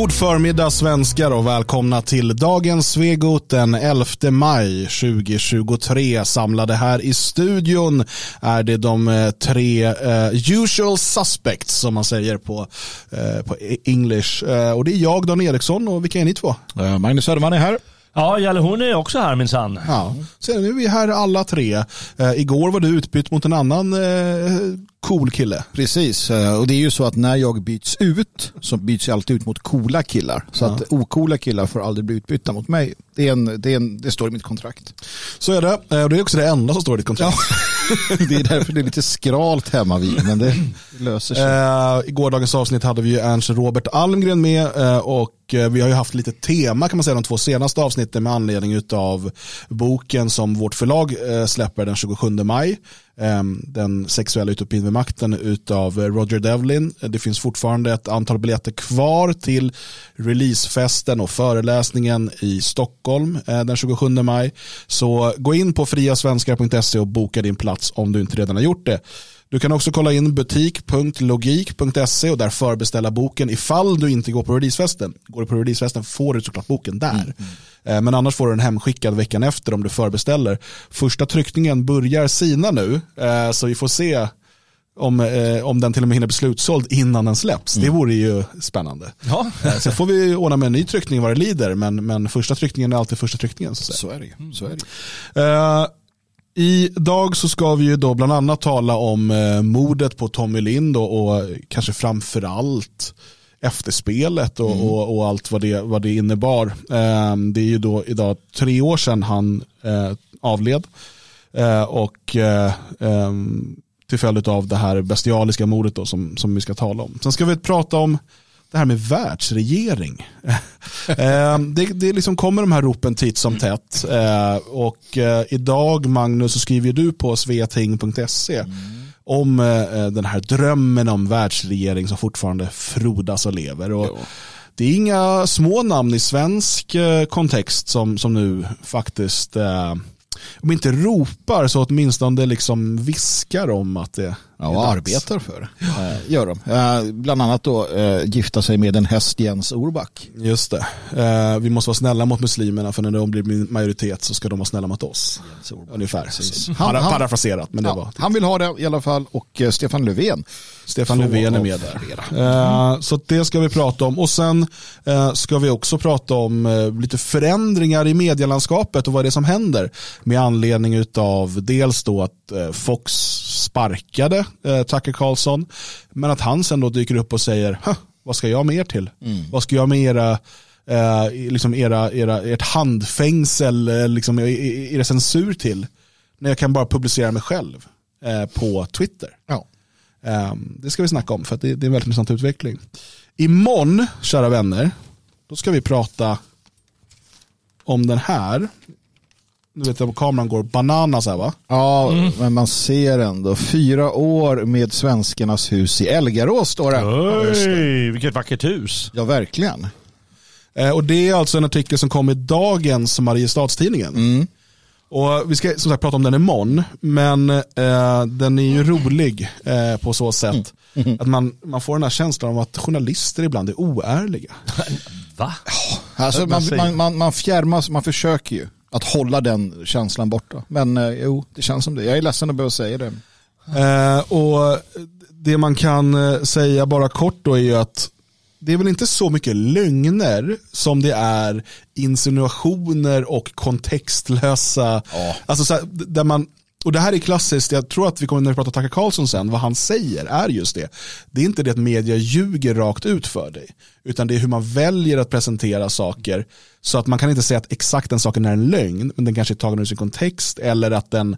God förmiddag svenskar och välkomna till dagens Svegot den 11 maj 2023. Samlade här i studion är det de tre usual suspects som man säger på English. Och det är jag, Dan Eriksson, och vilka är ni två? Magnus Söderman är här. Ja, Jalle, hon är också här minsann. Ja, så nu är vi här alla tre. Igår var du utbytt mot en annan cool kille. Precis, och det är ju så att när jag byts ut så byts jag alltid ut mot coola killar. Så att ocoola killar får aldrig bli utbytta mot mig. Det står i mitt kontrakt. Så är det, och det är också det enda som står i ditt kontrakt. Ja. Det är därför det är lite skralt hemma vid, men det löser sig. I gårdagens avsnitt hade vi ju Ernst Robert Almgren med och vi har ju haft lite tema kan man säga de 2 senaste avsnitten med anledning av boken som vårt förlag släpper den 27 maj. Den sexuella utopin vid makten utav Roger Devlin. Det finns fortfarande ett antal biljetter kvar till releasefesten och föreläsningen i Stockholm den 27 maj. Så gå in på friasvenskar.se och boka din plats om du inte redan har gjort det. Du kan också kolla in butik.logik.se och där förbeställa boken ifall du inte går på releasefesten. Går du på releasefesten får du såklart boken där. Men annars får du den hemskickad veckan efter om du förbeställer. Första tryckningen börjar sina nu, så vi får se om den till och med hinner bli slutsåld innan den släpps. Det vore ju spännande. Ja. Så får vi ordna med en ny tryckning vad det lider, men första tryckningen är alltid första tryckningen. Så är det. Idag så ska vi ju då bland annat tala om mordet på Tommy Lind och kanske framförallt efterspelet och allt vad det innebar. Det är ju då idag 3 år sedan han avled och till följd av det här bestialiska mordet då, som vi ska tala om. Sen ska vi prata om det här med världsregering. Det liksom kommer de här ropen titt som tätt. Och idag, Magnus, så skriver du på sveating.se om den här drömmen om världsregering som fortfarande frodas och lever. Och det är inga små namn i svensk kontext som nu faktiskt om inte ropar så åtminstone liksom viskar om att det och arbetar för gör de. Bland annat då gifta sig med en häst, Jens Orback. Just det. Vi måste vara snälla mot muslimerna, för när de blir majoritet så ska de vara snälla mot oss. Ungefär. Parafraserat, men det var. Han vill ha det i alla fall, och Stefan Löfven. Stefan Löfven är med där. Så det ska vi prata om. Och sen ska vi också prata om lite förändringar i medielandskapet och vad det är som händer med anledning av dels då att Fox sparkade Tucker Carlson, men att han sen då dyker upp och säger vad ska jag med er till? Vad ska jag med ert handfängsel, liksom era censur till, när jag kan bara publicera mig själv på Twitter? Ja. Det ska vi snacka om, för att det är en väldigt intressant utveckling. Imorgon, kära vänner, då ska vi prata om den här. Du vet att kameran går bananas här, va? Ja, men man ser ändå 4 år med Svenskarnas hus i Elgarås, står det. Oj, vilket vackert hus. Ja, verkligen. Och det är alltså en artikel som kom i dagens Mariestadstidningen. Och vi ska som sagt prata om den imorgon, men den är ju rolig på så sätt att man får den här känslan av att journalister ibland är oärliga. Va? Alltså man fjärmas, man försöker ju att hålla den känslan borta. Men det känns som det. Jag är ledsen att behöva säga det. Och det man kan säga bara kort då är ju att det är väl inte så mycket lögner som det är insinuationer och kontextlösa. Alltså så här, där man, och det här är klassiskt, jag tror att vi kommer när vi pratar Tucker Carlson sen, vad han säger är just det. Det är inte det att media ljuger rakt ut för dig, utan det är hur man väljer att presentera saker, så att man kan inte säga att exakt den saken är en lögn, men den kanske är tagen ur sin kontext, eller att den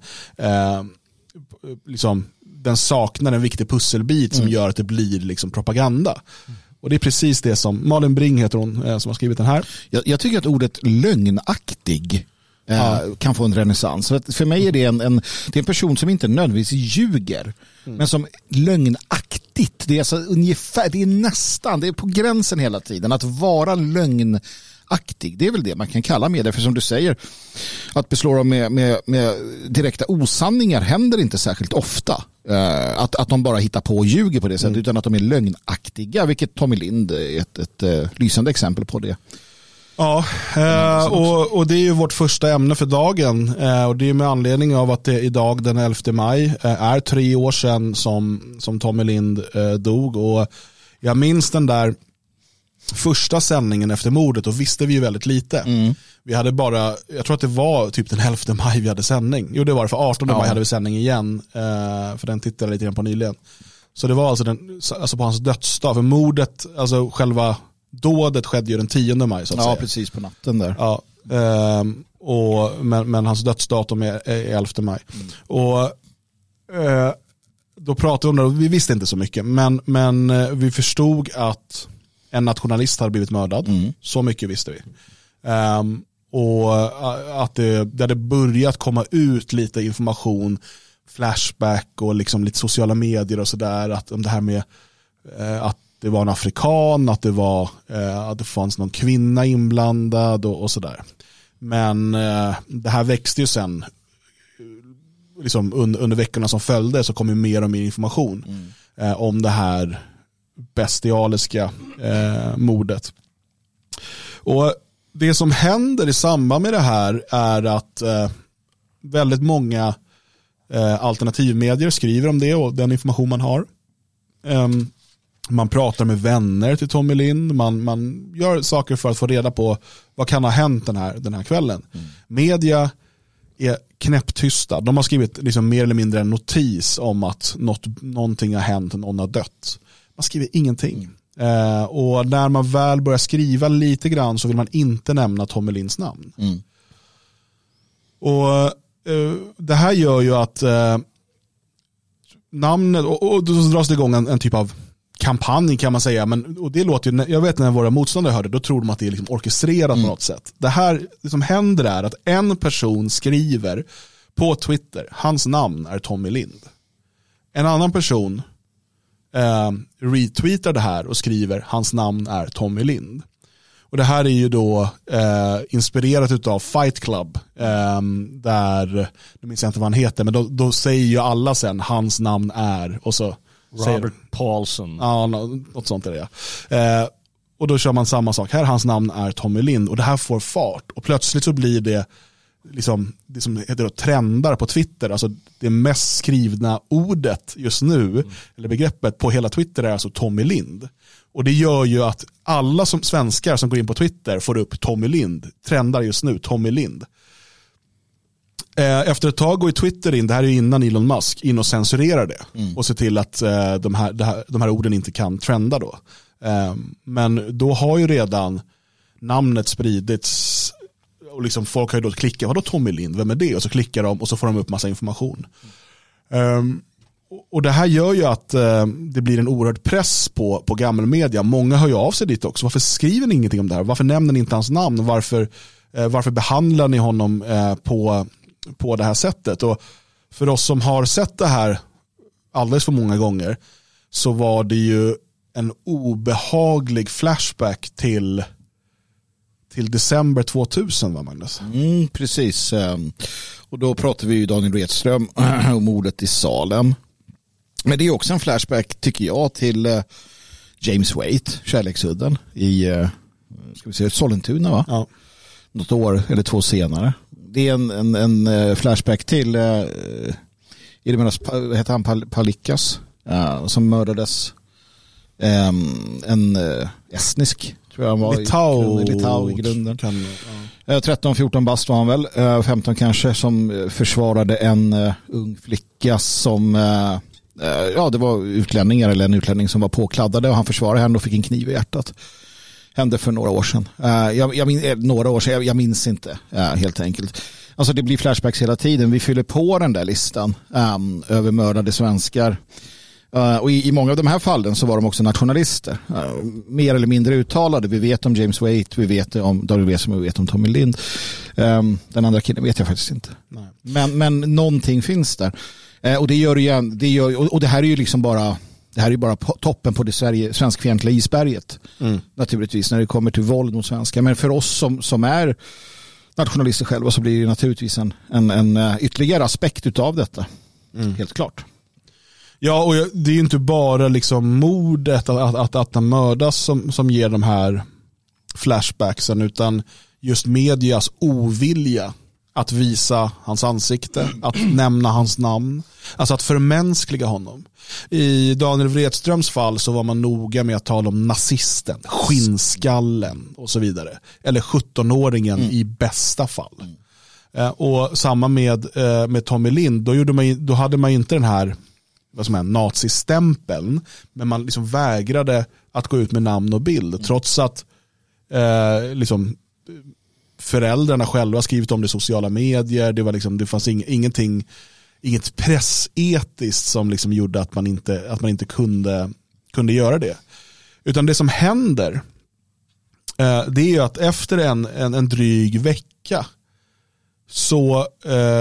den saknar en viktig pusselbit som gör att det blir liksom propaganda. Och det är precis det som Malin Bring heter hon som har skrivit den här. Jag tycker att ordet lögnaktig kan få en renässans. För mig är det det är en person som inte nödvändigtvis ljuger, men som lögnaktigt. Det är alltså ungefär, det är nästan, det är på gränsen hela tiden att vara lögnaktig. Det är väl det man kan kalla med det, för som du säger, att beslå dem med direkta osanningar händer inte särskilt ofta. Att de bara hittar på och ljuger på det sättet, utan att de är lögnaktiga. lögnaktiga, vilket Tommy Lind är ett lysande exempel på det. Ja, och det är ju vårt första ämne för dagen, och det är med anledning av att det idag den 11 maj är 3 år sedan som Tommy Lind dog, och jag minns den där första sändningen efter mordet, och visste vi ju väldigt lite. Vi hade bara, jag tror att det var typ den 11 maj vi hade sändning. Jo, det var det, för 18 maj hade vi sändning igen, för den tittade jag lite grann på nyligen. Så det var alltså på hans dödsdag, för mordet, alltså själva dådet skedde ju den 10 maj så att säga. Ja, precis på natten där. Ja, men hans dödsdatum är 11 maj. Och då pratade vi om det, och vi visste inte så mycket, men vi förstod att en nationalist hade blivit mördad. Så mycket visste vi. Och att det hade börjat komma ut lite information, flashback och liksom lite sociala medier och sådär, att om det här med att det var en afrikan, att det fanns någon kvinna inblandad och sådär. Men det här växte ju sen liksom under veckorna som följde, så kom ju mer och mer information om det här bestialiska mordet. Och det som händer i samband med det här är att väldigt många alternativmedier skriver om det och den information man har. Man pratar med vänner till Tommy Lind, man gör saker för att få reda på vad kan ha hänt den här kvällen. Media är knäpptysta. De har skrivit liksom mer eller mindre en notis om att någonting har hänt, någon har dött. Man skriver ingenting. Och när man väl börjar skriva lite grann så vill man inte nämna Tommy Linds namn. Och det här gör ju att namnet, och då dras det igång en typ av kampanj kan man säga, och det låter ju, jag vet när våra motståndare hörde, då tror de att det är liksom orkestrerat på något sätt. Det här det som händer är att en person skriver på Twitter, hans namn är Tommy Lind. En annan person retweetar det här och skriver, hans namn är Tommy Lind. Och det här är ju då inspirerat utav Fight Club, där, nu minns jag inte vad han heter, men då säger ju alla sen, hans namn är, och så Robert Paulson. Ja, något sånt är det. Och då kör man samma sak. Här, hans namn är Tommy Lind. Och det här får fart. Och plötsligt så blir det liksom, det som heter då trendar på Twitter. Alltså det mest skrivna ordet just nu, eller begreppet på hela Twitter, är alltså Tommy Lind. Och det gör ju att alla svenskar som går in på Twitter får upp Tommy Lind. Trendar just nu, Tommy Lind. Efter ett tag går ju Twitter in, det här är ju innan Elon Musk, in och censurerar det och ser till att de här orden inte kan trenda då. Men då har ju redan namnet spridits, och liksom folk har ju då klickat, vadå Tommy Lind, vem är det? Och så klickar de och så får de upp massa information. Och det här gör ju att det blir en oerhörd press på gammelmedia. Många hör ju av sig dit också. Varför skriver ni ingenting om det här? Varför nämner ni inte hans namn? Varför behandlar ni honom på det här sättet? Och för oss som har sett det här alldeles för många gånger, så var det ju en obehaglig flashback till december 2000, va Magnus? Precis. Och då pratar vi ju Daniel Redström om mordet i Salem. Men det är också en flashback, tycker jag, till James Waite, Kärleksudden i Sollentuna, va? Ja. Något år eller 2 senare. Det är en flashback till heter han Palikas, som mördades, en estnisk, tror jag han var, Litau i grunden. 13-14 bast var han väl, 15 kanske, som försvarade en ung flicka som det var utlänningar, eller en utlänning som var påkladdade, och han försvarade henne och fick en kniv i hjärtat. Hände för några år sedan. Jag minns inte, helt enkelt. Alltså det blir flashbacks hela tiden. Vi fyller på den där listan över mördade svenskar. Och i många av de här fallen så var de också nationalister. Mer eller mindre uttalade. Vi vet om James Waite, vi vet om WW, vi vet om Tommy Lind. Den andra killen vet jag faktiskt inte. Nej. Men någonting finns där. Och det här är ju liksom bara... Det här är bara toppen på det svenskfientliga isberget. Naturligtvis, när det kommer till våld mot svenskar. Men för oss som är nationalister själva, så blir det naturligtvis en ytterligare aspekt utav detta. Helt klart. Ja, och det är ju inte bara liksom mordet att han mördas som ger de här flashbacksen, utan just medias ovilja att visa hans ansikte, att nämna hans namn, alltså att förmänskliga honom. I Daniel Wretströms fall så var man noga med att tala om nazisten, skinnskallen och så vidare. Eller 17-åringen i bästa fall. Och samma med Tommy Lind, då hade man inte den här nazistämpeln, men man liksom vägrade att gå ut med namn och bild, trots att liksom föräldrarna själva skrivit om det i sociala medier. Det var liksom, det fanns inget pressetiskt som liksom gjorde att man inte kunde göra det. Utan det som händer det är ju att efter en dryg vecka så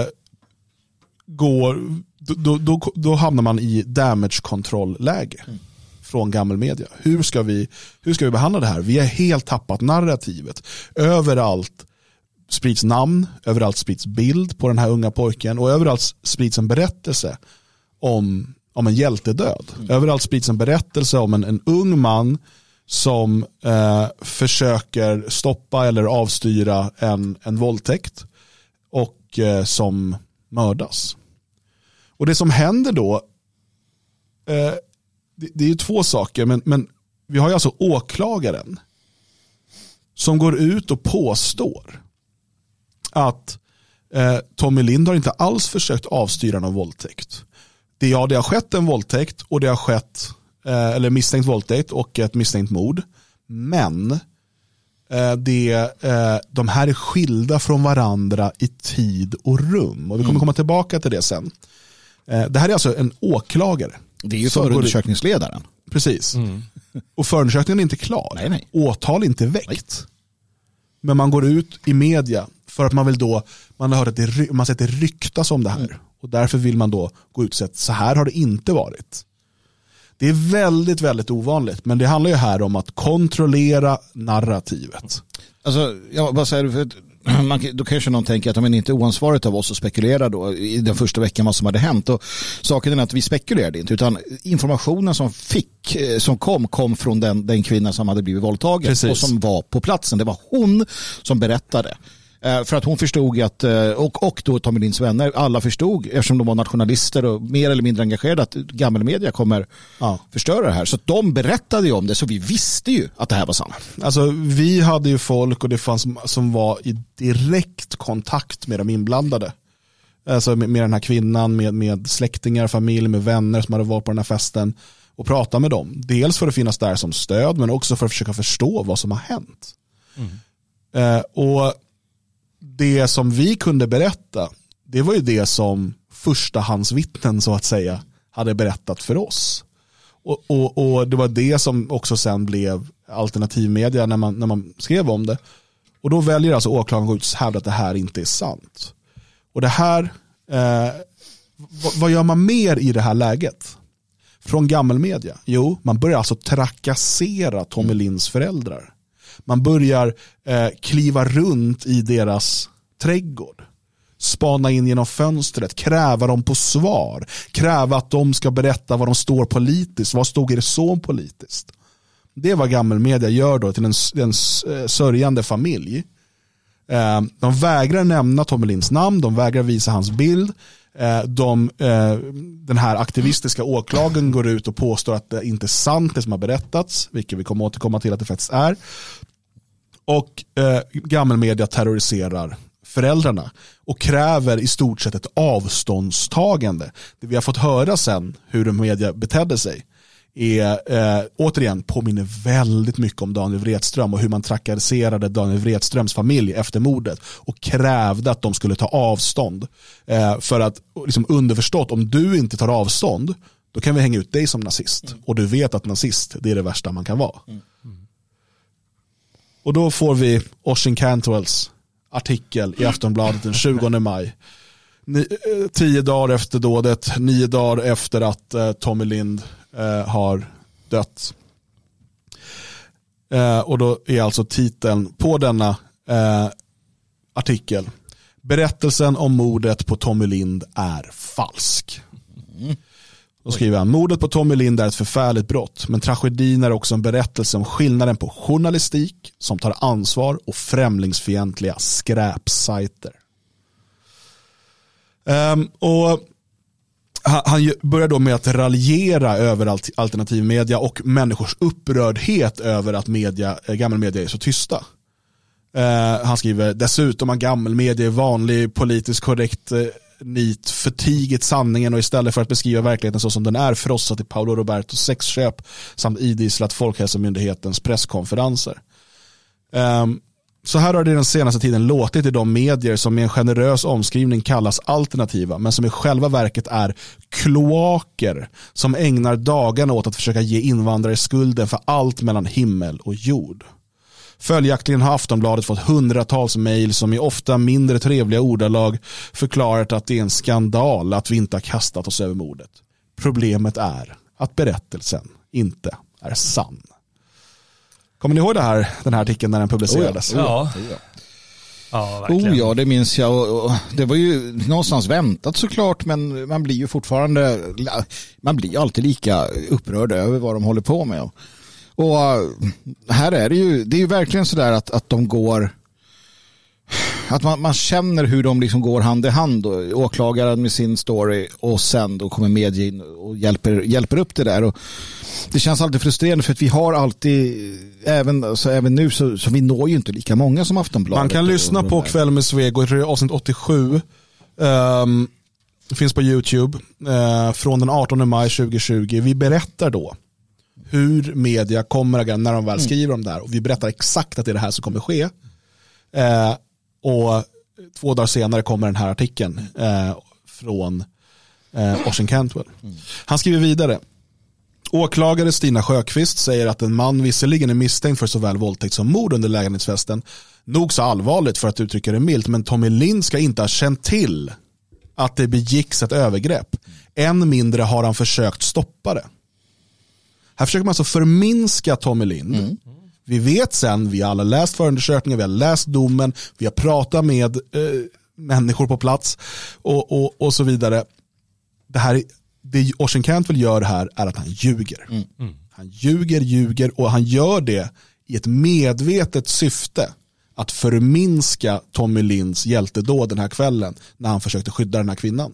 då hamnar man i damage control-läge från gammelmedia. Hur ska vi behandla det här? Vi har helt tappat narrativet. Överallt sprids namn, överallt sprids bild på den här unga pojken, och överallt sprids en berättelse om en hjältedöd. Överallt sprids en berättelse om en ung man som försöker stoppa eller avstyra en våldtäkt och som mördas. Och det som händer då, det är ju två saker, men vi har ju alltså åklagaren som går ut och påstår att Tommy Lind har inte alls försökt avstyra någon våldtäkt. Det har skett en våldtäkt, och det har skett eller misstänkt våldtäkt och ett misstänkt mord, men de här är skilda från varandra i tid och rum, och vi kommer komma tillbaka till det sen. Det här är alltså en åklagare. Det är ju förundersökningsledaren. Precis. Och förundersökningen är inte klar. Nej. Åtal är inte väckt. Nej. Men man går ut i media för att man har hört att man sätter ryktas om det här. Och därför vill man då gå ut och säga att så här har det inte varit. Det är väldigt, väldigt ovanligt. Men det handlar ju här om att kontrollera narrativet. Alltså, vad säger du? För då kanske någon tänker att de är inte oansvarigt av oss att spekulera då i den första veckan vad som hade hänt. Och saken är att vi spekulerade inte, utan informationen som kom från den kvinna som hade blivit våldtagen. Precis. Och som var på platsen. Det var hon som berättade. För att hon förstod att, och då Tommy Linds vänner, alla förstod, eftersom de var nationalister och mer eller mindre engagerade, att gammelmedia kommer förstöra det här. Så att de berättade ju om det, så vi visste ju att det här var sant. Alltså vi hade ju folk, och det fanns som var i direkt kontakt med de inblandade. Alltså med den här kvinnan, med släktingar, familj, med vänner som hade varit på den här festen, och prata med dem. Dels för att finnas där som stöd, men också för att försöka förstå vad som har hänt. Och det som vi kunde berätta, det var ju det som förstahandsvittnen så att säga hade berättat för oss. Och det var det som också sen blev alternativmedia när man skrev om det. Och då väljer alltså åklagaren att hävda att det här inte är sant. Och det här, vad gör man mer i det här läget? Från gammelmedia? Jo, man börjar alltså trakassera Tommy Linds föräldrar. Man börjar kliva runt i deras trädgård. Spana in genom fönstret. Kräva dem på svar. Kräva att de ska berätta vad de står politiskt. Vad stod det så politiskt? Det är vad gammelmedia gör då till en sörjande familj. De vägrar nämna Tommy Linds namn. De vägrar visa hans bild. Den här aktivistiska åklagaren går ut och påstår att det inte är sant det som har berättats, vilket vi kommer återkomma till att det faktiskt är. Och gammelmedia terroriserar föräldrarna och kräver i stort sett ett avståndstagande. Det vi har fått höra sen hur media betedde sig är återigen påminner väldigt mycket om Daniel Wretström och hur man trakasserade Daniel Wretströms familj efter mordet och krävde att de skulle ta avstånd. För att liksom underförstått, om du inte tar avstånd, då kan vi hänga ut dig som nazist. Och du vet att nazist, det är det värsta man kan vara. Och då får vi Oisin Cantwells artikel i Aftonbladet den 20 maj. 10 dagar efter dådet, 9 dagar efter att Tommy Lind har dött. Och då är alltså titeln på denna artikel: Berättelsen om mordet på Tommy Lind är falsk. Då skriver han: mordet på Tommy Lind är ett förfärligt brott, men tragedin är också en berättelse om skillnaden på journalistik som tar ansvar och främlingsfientliga skräpsajter. Och han börjar då med att raljera över alternativ media och människors upprördhet över att gammal media är så tysta. Han skriver: dessutom har gammal media i vanlig politiskt korrekt nit förtigit sanningen och istället för att beskriva verkligheten så som den är frossat i Paolo Robertos sexköp samt idisslat Folkhälsomyndighetens presskonferenser. Så här har det den senaste tiden låtit i de medier som med en generös omskrivning kallas alternativa, men som i själva verket är kloaker som ägnar dagarna åt att försöka ge invandrare skulden för allt mellan himmel och jord. Följaktligen har Aftonbladet fått hundratals mejl som i ofta mindre trevliga ordalag förklarat att det är en skandal att vi inte har kastat oss över mordet. Problemet är att berättelsen inte är sann. Kommer ni ihåg den här artikeln när den publicerades? Ja, verkligen. Ja, det minns jag. Och det var ju någonstans väntat såklart, men man blir ju fortfarande, man blir alltid lika upprörd över vad de håller på med. Och här är det är ju verkligen sådär att de går, att man känner hur de liksom går hand i hand och åklagaren med sin story och sen då kommer media in och hjälper upp det där. Och det känns alltid frustrerande för att vi har alltid även nu så vi når ju inte lika många som Aftonbladet. Man kan lyssna på Kväll med Svego i avsnitt 87. Det finns på YouTube från den 18 maj 2020. Vi berättar då hur media kommer agera när de väl skriver om det här. Och vi berättar exakt att det är det här som kommer ske. Och 2 dagar senare kommer den här artikeln från Ocean Cantwell. Han skriver vidare: åklagare Stina Sjöqvist säger att en man visserligen är misstänkt för såväl våldtäkt som mord under lägenhetsfesten. Nog så allvarligt för att uttrycka det milt, men Tommy Lind ska inte ha känt till att det begicks ett övergrepp. Än mindre har han försökt stoppa det. Här försöker man alltså förminska Tommy Lind. Vi vet sen, vi har alla läst förundersökningen, vi har läst domen, vi har pratat med människor på plats och så vidare. Det Ocean Cantwell gör här är att han ljuger. Han ljuger och han gör det i ett medvetet syfte att förminska Tommy Linds hjältedåd den här kvällen när han försökte skydda den här kvinnan.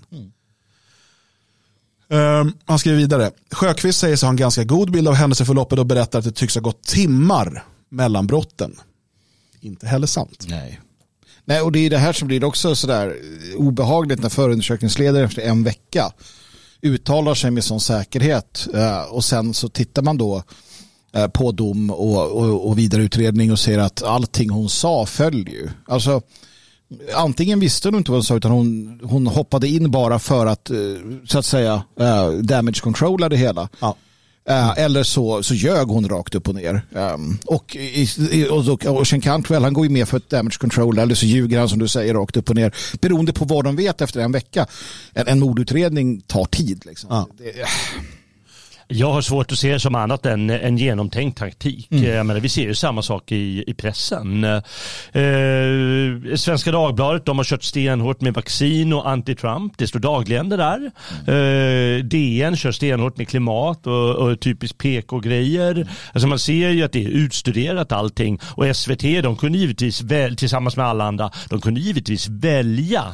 Han skriver vidare: Sjöqvist säger sig ha en ganska god bild av händelseförloppet och berättar att det tycks ha gått timmar mellan brotten. Inte heller sant. Nej, och det är det här som blir också sådär obehagligt när förundersökningsledare efter en vecka uttalar sig med sån säkerhet och sen så tittar man då på dom och vidareutredning och ser att allting hon sa följer ju. Alltså antingen visste hon inte vad hon sa utan hon hoppade in bara för att så att säga damage controlla det hela. Ja. Eller så ljög hon rakt upp och ner. Och Ocean Cantwell, han går ju med för ett damage control, eller så ljuger han som du säger rakt upp och ner. Beroende på vad de vet efter en vecka. En mordutredning tar tid. Liksom. Ja. Jag har svårt att se som annat än en genomtänkt taktik. Men vi ser ju samma sak i pressen. Svenska Dagbladet, de har kört stenhårt med vaccin och anti-Trump. Det står dagligen det där. DN kör stenhårt med klimat och typiskt PK-grejer. Alltså man ser ju att det är utstuderat allting. Och SVT, de kunde givetvis tillsammans med alla andra, de kunde givetvis välja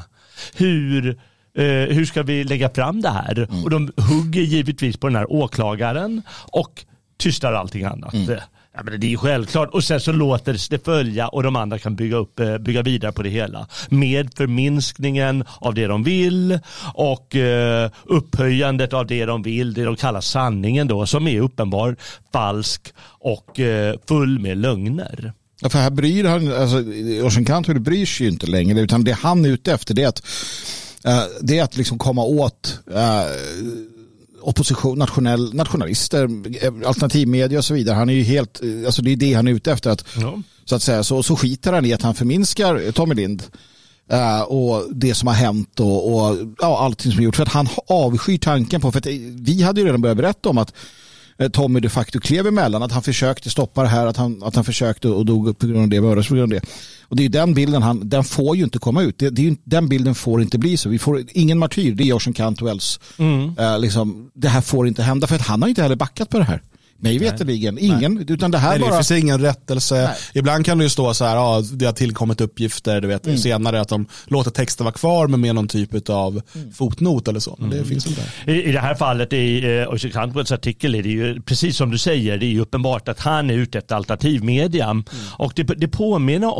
hur ska vi lägga fram det här? Och de hugger givetvis på den här åklagaren och tystar allting annat. Ja, men det är ju självklart. Och sen så låter det följa och de andra kan bygga vidare på det hela. Med förminskningen av det de vill och upphöjandet av det de vill. Det de kallar sanningen då, som är uppenbar, falsk och full med lögner. Ja, för här bryr han, alltså Ocean Cantwell bryr sig ju inte längre, utan det han är ute efter det är att liksom komma åt opposition, nationalister, alternativmedia och så vidare. Han är ju helt, alltså det är det han är ute efter, att så att säga, så skiter han i att han förminskar Tommy Lind och det som har hänt och allting som är gjort, för att han avskyr tanken på, för att vi hade ju redan börjat berätta om att Tommy de facto klev emellan, att han försökte stoppa det här, att han försökte och dog på grund av det, mördas på grund av det. Och det är den bilden den får ju inte komma ut. Den bilden får inte bli så. Vi får ingen martyr, det är Orson Cantwells. Liksom, det här får inte hända, för att han har inte heller backat på det här. Mig veterligen, ingen, utan det här bara... Det finns ingen rättelse. Nej. Ibland kan det ju stå så här, det har tillkommit uppgifter, du vet, senare att de låter texten vara kvar med någon typ av fotnot eller så. Men det finns inte. I det här fallet i Orson Cantwells artikel är det ju, precis som du säger, det är ju uppenbart att han är ute efter alternativmedia. Och det påminner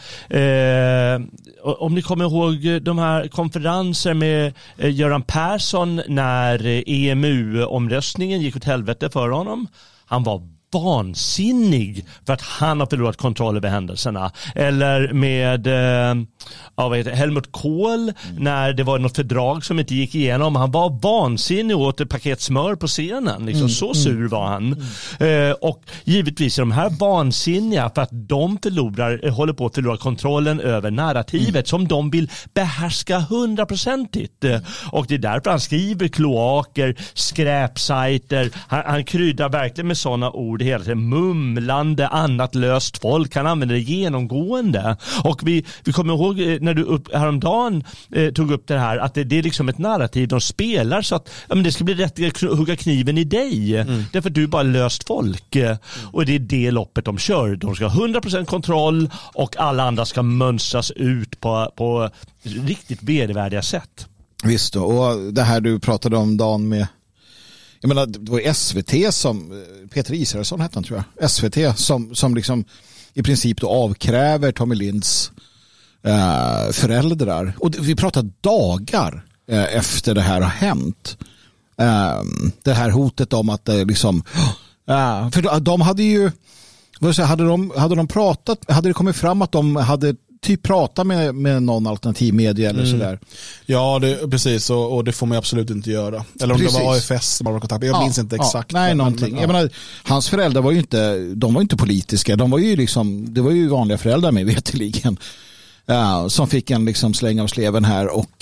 om ni kommer ihåg de här konferenser med Göran Persson när EMU-omröstningen gick åt helvete för honom. Han var vansinnig för att han har förlorat kontroll över händelserna. Eller med Helmut Kohl när det var något fördrag som inte gick igenom. Han var vansinnig och åt ett paket smör på scenen. Liksom. Så sur var han. Och givetvis är de här vansinniga för att de håller på att förlora kontrollen över narrativet som de vill behärska 100%. Och det är därför han skriver kloaker, skräpsajter. Han kryddar verkligen med sådana ord hela tiden, mumlande, annat löst folk. Han använder det genomgående. Och vi kommer ihåg när du häromdagen tog upp det här, att det är liksom ett narrativ de spelar så att det ska bli rätt att hugga kniven i dig. Därför att du är bara löst folk. Och det är det loppet de kör. De ska ha 100% kontroll och alla andra ska mönstras ut på riktigt vedervärdiga sätt. Visst då. Och det här du pratade om, Dan, med jag menar, det var SVT som Peter Israelsson hette han, tror jag. SVT som liksom i princip då avkräver Tommy Linds föräldrar. Och vi pratar dagar efter det här har hänt. Det här hotet om att liksom för de hade ju hade det kommit fram att de hade typ prata med någon alternativmedia eller sådär. Ja, precis. Och det får man absolut inte göra. Eller om det var AFS som var kontakt. Jag minns inte exakt. Nej, någonting. Jag menar, hans föräldrar var ju inte politiska. De var ju liksom, det var ju vanliga föräldrar med veterligen. Som fick en liksom släng av sleven här. Och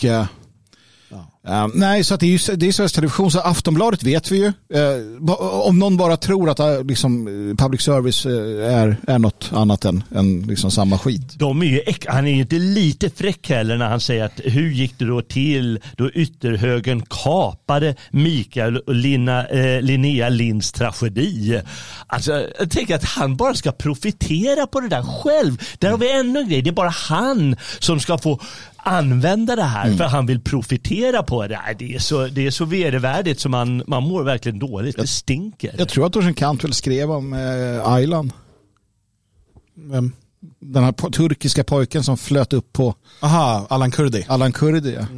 nej, så att det är Sveriges Television, så Aftonbladet vet vi ju. Om någon bara tror att liksom, public service är något annat än liksom samma skit. Han är ju inte lite fräck heller när han säger att hur gick det då till då ytterhögern kapade Mikael och Linnea Linds tragedi. Alltså, jag tänker att han bara ska profitera på det där själv. Där har vi ännu en grej. Det är bara han som ska få använda det här för han vill profitera på det. Det är så vedervärdigt som man mår verkligen dåligt. Det stinker. Jag tror att Orson Cantwell skrev om Aylan. Vem? Den här turkiska pojken som flöt upp på... Aha, Alan Kurdi. Alan Kurdi, ja.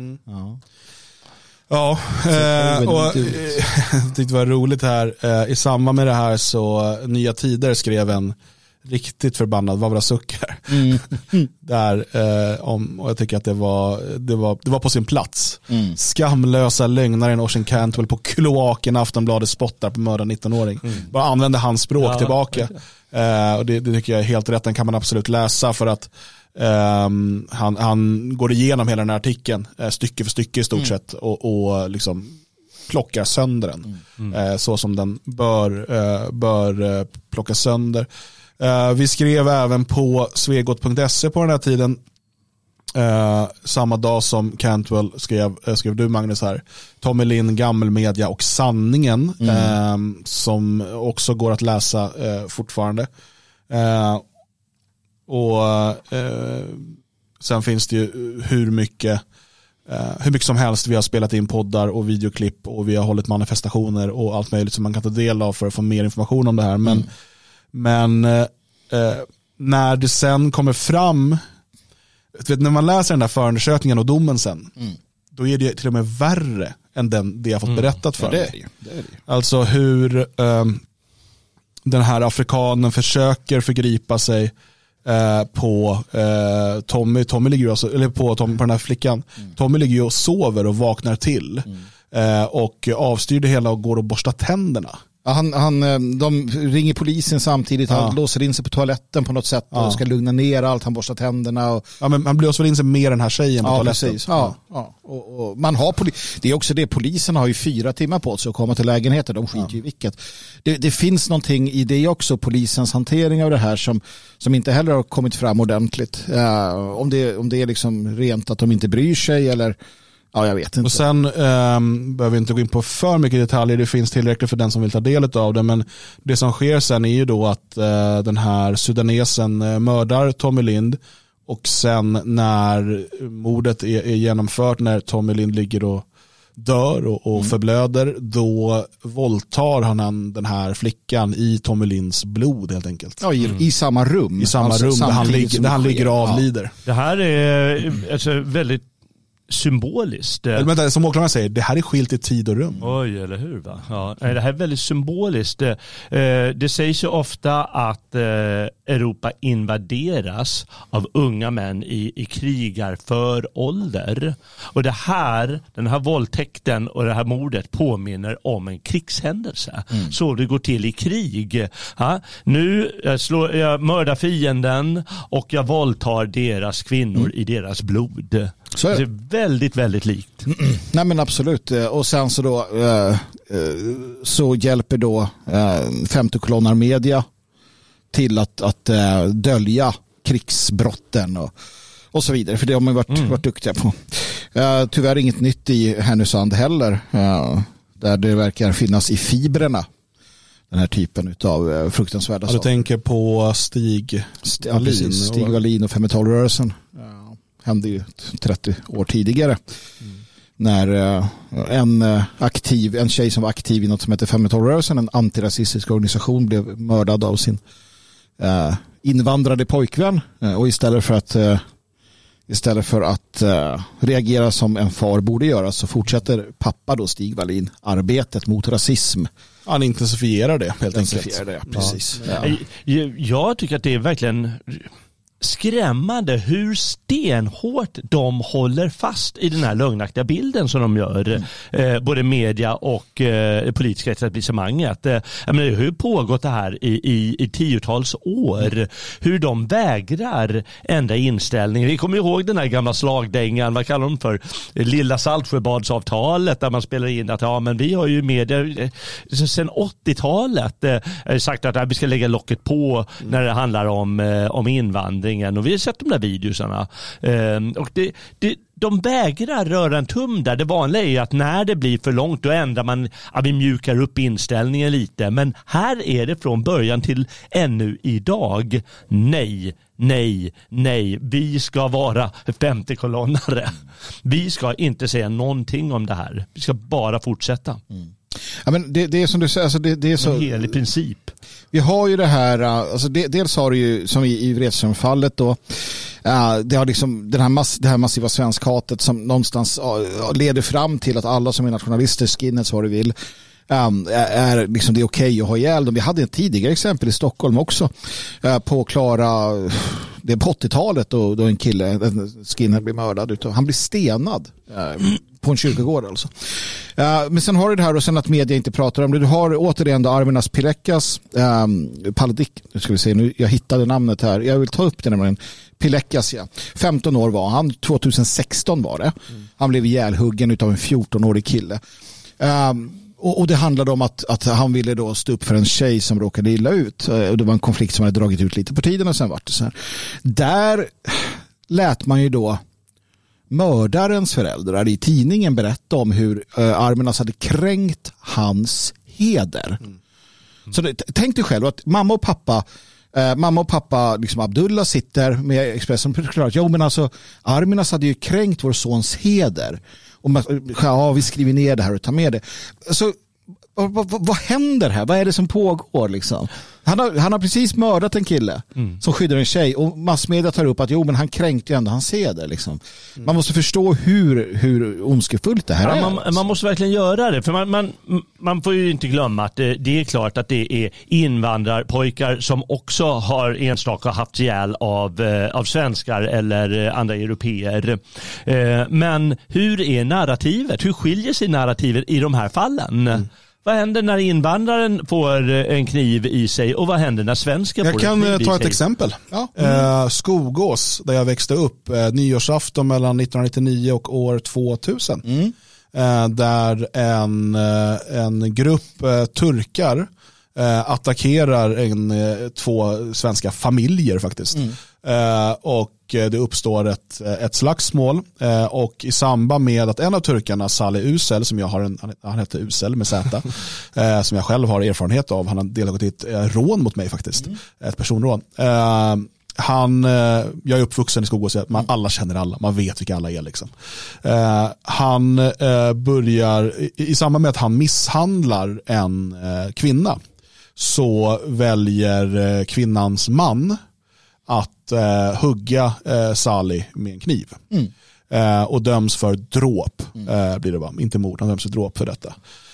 Ja, och jag tyckte det var roligt här. I samband med det här så Nya Tider skrev en riktigt förbannad Vavra Suckar. Där, och jag tycker att det var på sin plats. Skamlösa lögnaren Orson Cantwell på kloaken Aftonbladet spottar på mördaren 19-åring. Bara använde hans språk tillbaka. Och det tycker jag är helt rätt. Den kan man absolut läsa för att han går igenom hela den här artikeln stycke för stycke i stort sett och liksom plockar sönder den. Så som den bör plocka sönder. Vi skrev även på svegot.se på den här tiden, samma dag som Cantwell skrev du, Magnus, här Tommy Lind, Gammelmedia och Sanningen, som också går att läsa fortfarande. Och sen finns det ju hur mycket som helst. Vi har spelat in poddar och videoklipp och vi har hållit manifestationer och allt möjligt som man kan ta del av för att få mer information om det här. Men när det sen kommer fram, när man läser den där förundersökningen och domen sen, då är det till och med värre än det jag fått berättat för mig. Det är det. Alltså hur den här afrikanen försöker förgripa sig på Tommy ligger ju alltså, eller på den här flickan. Tommy ligger ju och sover och vaknar till och avstyr det hela och går och borstar tänderna De ringer polisen samtidigt. Han låser in sig på toaletten på något sätt och ska lugna ner allt. Han borstar tänderna. Men man blåser väl in sig med den här tjejen på toaletten. Precis. Och man har det är också det. Polisen har ju 4 timmar på sig att komma till lägenheten. De skiter ju i vilket. Det finns någonting i det också. Polisens hantering av det här som inte heller har kommit fram ordentligt. Om det är liksom rent att de inte bryr sig eller... Ja, jag vet inte. Och sen behöver vi inte gå in på för mycket detaljer. Det finns tillräckligt för den som vill ta del av det. Men det som sker sen är ju då att den här sudanesen mördar Tommy Lind. Och sen när mordet är genomfört, när Tommy Lind ligger och dör och förblöder, då våldtar han den här flickan i Tommy Linds blod helt enkelt. Ja, i samma rum. I samma rum där han ligger och avlider. Det här är alltså väldigt symboliskt. Men som åklagaren säger, det här är skilt i tid och rum. Oj, eller hur va? Ja, det här är väldigt symboliskt. Det sägs ju ofta att Europa invaderas av unga män i krigarför ålder. Och den här våldtäkten och det här mordet påminner om en krigshändelse. Så det går till i krig. Nu jag mördar fienden och jag våldtar deras kvinnor i deras blod. Så det är väldigt, väldigt likt. Nej men absolut. Och sen så då så hjälper då femte kolonnar media till att dölja krigsbrotten och så vidare. För det har man varit duktiga på. Tyvärr inget nytt i Härnösand heller. Där det verkar finnas i fibrerna. Den här typen av fruktansvärda saker. Du tänker på Stig Wallin och 512-rörelsen. Hände ju 30 år tidigare. När en tjej som var aktiv i något som heter 512-rörelsen, en antirasistisk organisation, blev mördad av sin invandrade pojkvän. Och istället för att reagera som en far borde göra, så fortsätter pappa då, Stig Wallin, arbetet mot rasism. Han intensifierar det helt enkelt. Precis. Jag tycker att det är verkligen skrämmande hur stenhårt de håller fast i den här lögnaktiga bilden som de gör, både media och det politiska etablissemanget. Det har pågått det här i tiotals år. Hur de vägrar ändra inställning. Vi kommer ihåg den här gamla slagdängan, vad kallar de för? Lilla Saltsjöbadsavtalet, där man spelar in att men vi har ju media sedan 80-talet sagt att vi ska lägga locket på när det handlar om invandring. Och vi har sett de där videosarna. Och de vägrar röra en tum där. Det vanliga är ju att när det blir för långt, då ändrar man, vi mjukar upp inställningen lite. Men här är det från början till ännu idag. Nej. Vi ska vara femtekolonnare. Vi ska inte säga någonting om det här. Vi ska bara fortsätta. Ja, men det är som du säger, alltså det är så en helig princip. Vi har ju det här, alltså dels har det ju som i Wretström-fallet då, det har liksom det här massiva svenskhatet som någonstans leder fram till att alla som är nationalister, skinheads, vad du vill, är liksom det är okej att ha ihjäl dem. Vi hade ett tidigare exempel i Stockholm också på Klara, det är på 80-talet då en kille, en skinhead, blir mördad. Han blir stenad på en kyrkogård alltså. Men sen har du det här och sen att media inte pratar om det. Du har återigen då Arminas Pilekas Paldik, nu ska vi se, nu jag hittade namnet här. Jag vill ta upp det nämligen. Pilekas, 15 år var han, 2016 var det. Han blev ihjälhuggen utav en 14-årig kille. Och det handlade om att han ville då stå upp för en tjej som råkade illa ut. Och det var en konflikt som hade dragit ut lite på tiden och sen var det så här. Där lät man ju då mördarens föräldrar i tidningen berätta om hur Arminas hade kränkt hans heder. Så tänk dig själv att mamma och pappa liksom Abdullah sitter med Expressen och förklarar att men alltså Arminas hade ju kränkt vår sons heder. Och vi skriver ner det här och tar med det. Så vad händer här? Vad är det som pågår liksom? Han har precis mördat en kille som skyddar en tjej och massmedia tar upp att men han kränkte ju ändå hans heder liksom. Man måste förstå hur ondskefullt det här är. Man måste verkligen göra det, för man får ju inte glömma att det är klart att det är invandrarpojkar som också har enstaka haft ihjäl av svenskar eller andra europeer. Men hur är narrativet? Hur skiljer sig narrativet i de här fallen? Vad händer när invandraren får en kniv i sig och vad händer när svensken får en kniv i sig? Jag kan ta ett exempel. Ja. Skogås, där jag växte upp, nyårsafton mellan 1999 och år 2000. Där en grupp turkar attackerar två svenska familjer faktiskt. Och det uppstår ett slagsmål och i samband med att en av turkarna, Salih Usel, som jag har han heter Usel med Z, som jag själv har erfarenhet av, han har deltagit i ett rån mot mig faktiskt, ett personrån. Jag är uppvuxen i Skogås, alla känner alla, man vet vilka alla är liksom. Han börjar, i samband med att han misshandlar en kvinna, så väljer kvinnans man att hugga Salih med en kniv. Och döms för dråp, blir det va? Inte mord, han döms för dråp för detta.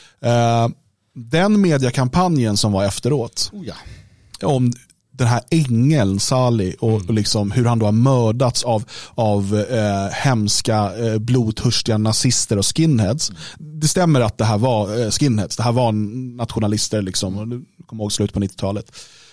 Den mediekampanjen som var efteråt, om den här ängeln Salih och liksom hur han då har mördats av hemska blodtörstiga nazister och skinheads. Det stämmer att det här var skinheads, det här var nationalister liksom, och du kommer ihåg slut på 90-talet.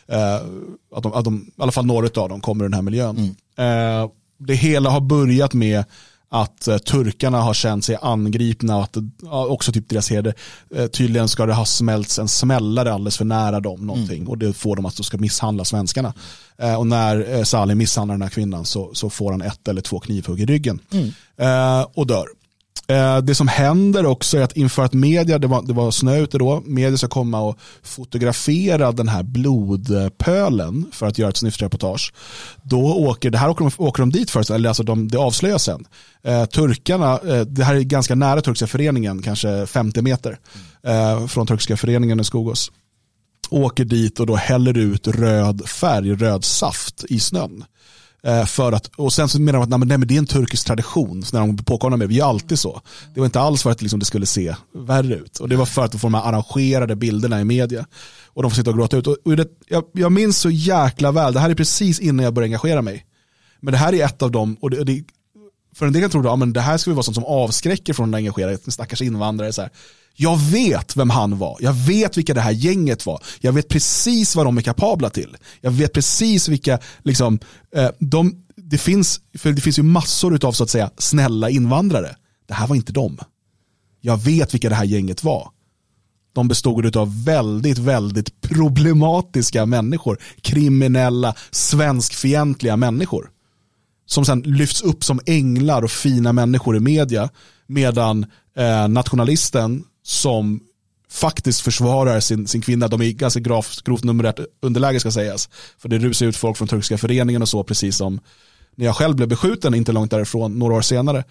Att de, i alla fall några av dem kommer ur den här miljön. Det hela har börjat med att turkarna har känt sig angripna och att också typ deras herde, tydligen ska det ha smälts en smällare alldeles för nära dem någonting, och det får dem att de ska misshandla svenskarna. Och när Salih misshandlar den här kvinnan så får han 1 eller 2 knivhugg i ryggen och dör. Det som händer också är att inför att media, det var snö ute då, media ska komma och fotografera den här blodpölen för att göra ett snyftreportage. Då åker de dit först, eller alltså det avslöjas sen. Turkarna, det här är ganska nära turkiska föreningen, kanske 50 meter från turkiska föreningen i Skogås. Åker dit och då häller ut röd saft i snön. Och sen så menar de att nej, men det är en turkisk tradition, så när de påkommer med, vi är alltid så. Det var inte alls för att liksom det skulle se värre ut, och det var för att få de här arrangerade bilderna i media, och de får sitta och gråta ut. Och jag minns så jäkla väl, det här är precis innan jag började engagera mig, men det här är ett av dem, och det för en del kan tro att men det här skulle vara sånt som avskräcker från att engagera en stackars invandrare så här. Jag vet vem han var. Jag vet vilka det här gänget var. Jag vet precis vad de är kapabla till. Jag vet precis vilka liksom, det finns ju massor av så att säga snälla invandrare. Det här var inte dem. Jag vet vilka det här gänget var. De bestod av väldigt, väldigt problematiska människor. Kriminella, svenskfientliga människor. Som sen lyfts upp som änglar och fina människor i media, medan nationalisten som faktiskt försvarar sin kvinna, de är ganska grovt numerärt underläge ska sägas, för det rusar ut folk från turkiska föreningen och så, precis som när jag själv blev beskjuten inte långt därifrån några år senare,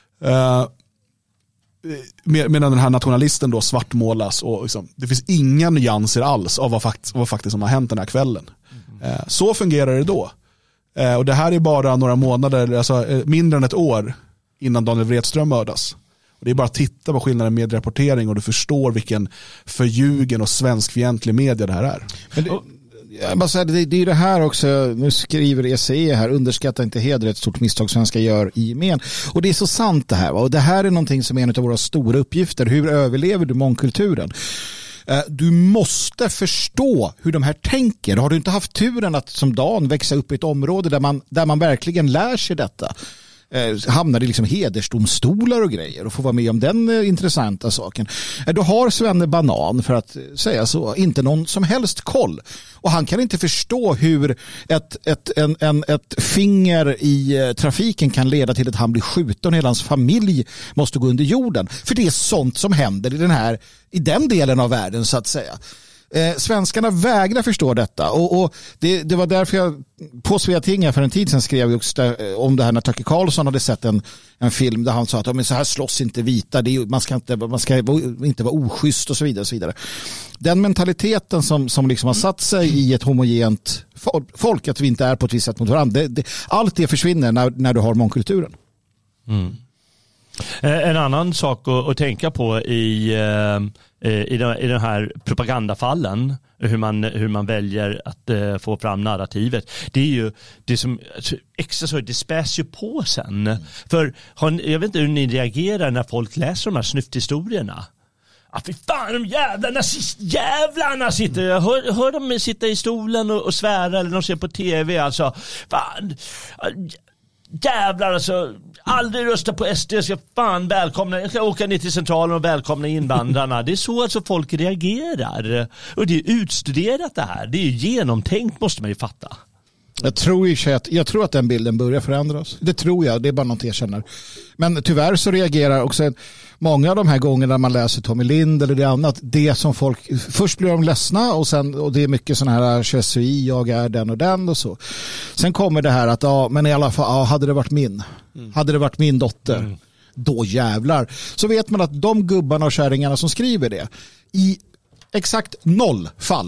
medan den här nationalisten då svartmålas, och liksom, det finns inga nyanser alls av vad faktiskt som har hänt den här kvällen. Så fungerar det då. Och det här är bara några månader, alltså mindre än ett år innan Daniel Wretström mördas. Och det är bara att titta på skillnaden med rapportering och du förstår vilken förljugen och svenskfientlig media det här är. Men jag bara säger, det är ju det här också, nu skriver ECE här, underskatta inte heder, ett stort misstag svenska gör i gemen. Och det är så sant det här, va? Och det här är någonting som är en av våra stora uppgifter. Hur överlever du mångkulturen? Du måste förstå hur de här tänker. Har du inte haft turen att som Dan växa upp i ett område där man verkligen lär sig detta, hamnar i liksom hedersdomstolar och grejer och får vara med om den intressanta saken. Då har Svenne Banan, för att säga så, inte någon som helst koll. Och han kan inte förstå hur ett finger i trafiken kan leda till att han blir skjuten och hela hans familj måste gå under jorden. För det är sånt som händer i den delen av världen så att säga. Svenskarna vägrar förstå detta, och det var därför jag på Sveatinga för en tid sedan skrev just om det här när Tucker Carlson hade sett en film där han sa att men så här slåss inte vita, man ska inte vara oschysst och så vidare och så vidare. Den mentaliteten som liksom har satt sig i ett homogent folk, att vi inte är på ett visst sätt mot varandra, allt det försvinner när du har mångkulturen. En annan sak att tänka på i den här propagandafallen, hur man väljer att få fram narrativet, det är ju det som extra så, det späs ju på sen. För jag vet inte hur ni reagerar när folk läser de här snyfthistorierna. fy fan, de jävla nazistjävlarna sitter. Jag hör dem sitta i stolen och svära, eller de ser på tv. Alltså, fan, jävlar alltså. Aldrig rösta på SD. Jag ska fan välkomna. Jag ska åka ner till centralen och välkomna invandrarna. Det är så alltså folk reagerar. Och det är utstuderat det här. Det är ju genomtänkt, måste man ju fatta. Jag tror att den bilden börjar förändras. Det tror jag, det är bara något jag känner. Men tyvärr så reagerar också många av de här gångerna man läser Tommy Lind eller det annat, det som folk, först blir de ledsna och det är mycket sån här kösui, jag är den och den och så. Sen kommer det här att men i alla fall, hade det varit min dotter, då jävlar. Så vet man att de gubbarna och kärringarna som skriver det i exakt 0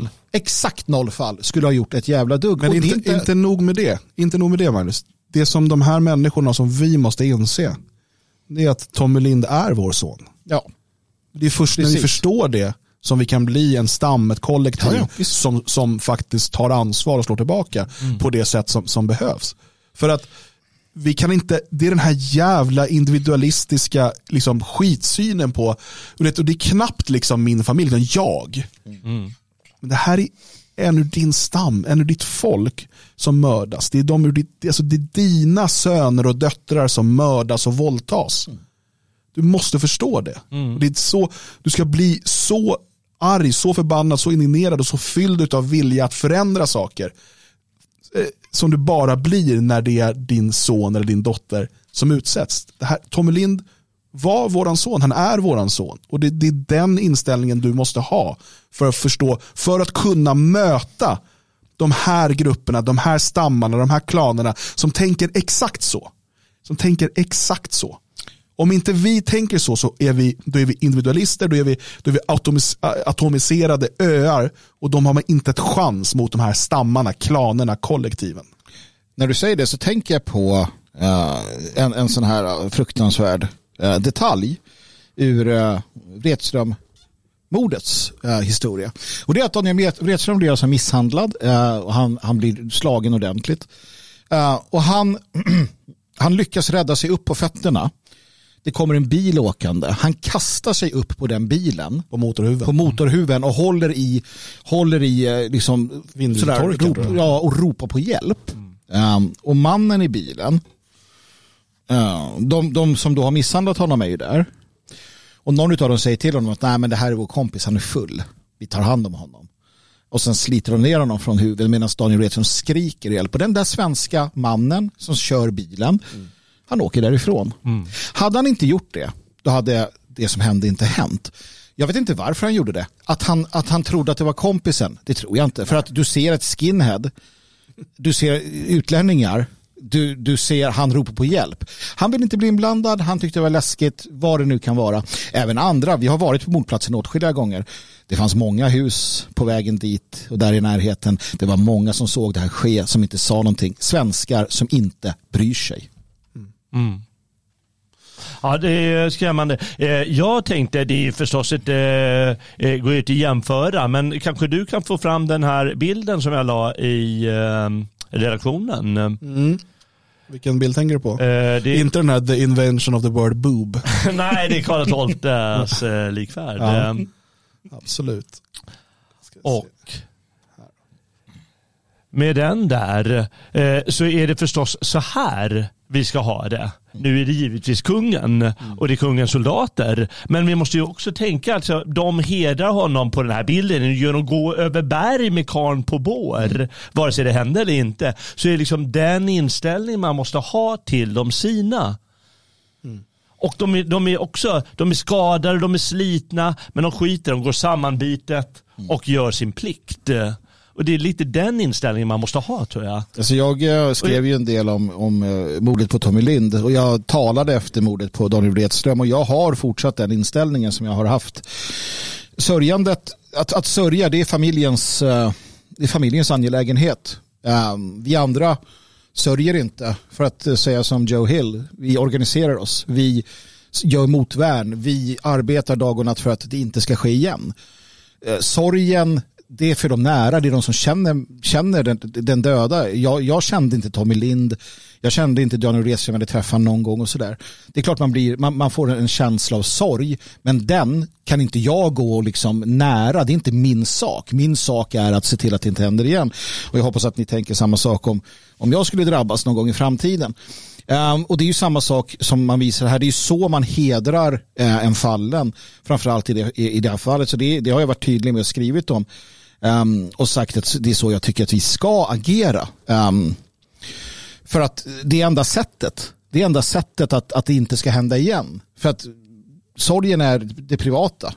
fall skulle ha gjort ett jävla dugg. Men inte nog med det. Inte nog med det, Magnus. Det som de här människorna som vi måste inse, det är att Tommy Lind är vår son. Ja. Det är först när vi förstår det som vi kan bli en stam, ett kollektiv som faktiskt tar ansvar och slår tillbaka på det sätt som behövs. För att vi kan inte, det är den här jävla individualistiska liksom, skitsynen på, och det är knappt liksom min familj, utan jag. Men det här är en ur din stam, en ur ditt folk som mördas. Det är det är dina söner och döttrar som mördas och våldtas. Du måste förstå det. Det är så, du ska bli så arg, så förbannad, så indignerad och så fylld av vilja att förändra saker som du bara blir när det är din son eller din dotter som utsätts. Det här, Tommy Lind var våran son, han är våran son. Och det är den inställningen du måste ha för att förstå, för att kunna möta de här grupperna, de här stammarna, de här klanerna som tänker exakt så. Som tänker exakt så. Om inte vi tänker så är vi individualister, då är vi atomiserade öar, och de har man inte ett chans mot de här stammarna, klanerna, kollektiven. När du säger det så tänker jag på en sån här fruktansvärd detalj ur Wretström-mordets historia. Och det är att Daniel Wretström blir alltså misshandlad och han blir slagen ordentligt. Och han lyckas rädda sig upp på fötterna. Det kommer en bil åkande. Han kastar sig upp på den bilen. På motorhuven och håller i liksom sådär, och ropar på hjälp. Och mannen i bilen, de som då har misshandlat honom är ju där. Och någon av dem säger till honom att nej, men det här är vår kompis, han är full. Vi tar hand om honom. Och sen sliter de ner honom från huvudet medan Daniel Wretström skriker hjälp. Och den där svenska mannen som kör bilen, han åker därifrån. Hade han inte gjort det, då hade det som hände inte hänt. Jag vet inte varför han gjorde det. Att han trodde att det var kompisen, det tror jag inte. För att du ser ett skinhead, du ser utlänningar, du ser han ropar på hjälp. Han vill inte bli inblandad, han tyckte det var läskigt, vad det nu kan vara. Även andra, vi har varit på mordplatsen åtskilliga gånger. Det fanns många hus på vägen dit och där i närheten. Det var många som såg det här ske som inte sa någonting. Svenskar som inte bryr sig. Ja, det är skrämmande. Jag tänkte, det är förstås går inte att jämföra, men kanske du kan få fram den här bilden som jag la i redaktionen. Vilken bild tänker du på? Inte den här The Invention of the Word Boob. Nej, det är Karl XII:s likvärd. Ja, absolut. Och med den där så är det förstås så här vi ska ha det. Nu är det givetvis kungen och det är kungens soldater. Men vi måste ju också tänka, alltså, de hedrar honom på den här bilden. Gör de gå över berg med karn på bår, vare sig det händer eller inte. Så är det liksom den inställning man måste ha till de sina. Och de är skadade, de är slitna, men de skiter, de går sammanbitet och gör sin plikt. Och det är lite den inställningen man måste ha, tror jag. Alltså jag skrev ju en del om mordet på Tommy Lind och jag talade efter mordet på Daniel Wretström och jag har fortsatt den inställningen som jag har haft. Sörjandet, att sörja, det är familjens angelägenhet. Vi andra sörjer inte, för att säga som Joe Hill. Vi organiserar oss, vi gör motvärn, vi arbetar dag och natt för att det inte ska ske igen. Sorgen, det är för de nära, det är de som känner den döda. Jag kände inte Tommy Lind, jag kände inte Daniel Redström eller träffade någon gång och sådär. Det är klart man får en känsla av sorg, men den kan inte jag gå liksom nära. Det är inte min sak. Min sak är att se till att det inte händer igen. Och jag hoppas att ni tänker samma sak om jag skulle drabbas någon gång i framtiden. Och det är ju samma sak som man visar här. Det är ju så man hedrar en fallen, framförallt i det här fallet. Så det har jag varit tydlig med och skrivit om och sagt att det är så jag tycker att vi ska agera. För att det är enda sättet att det inte ska hända igen. För att sorgen är det privata.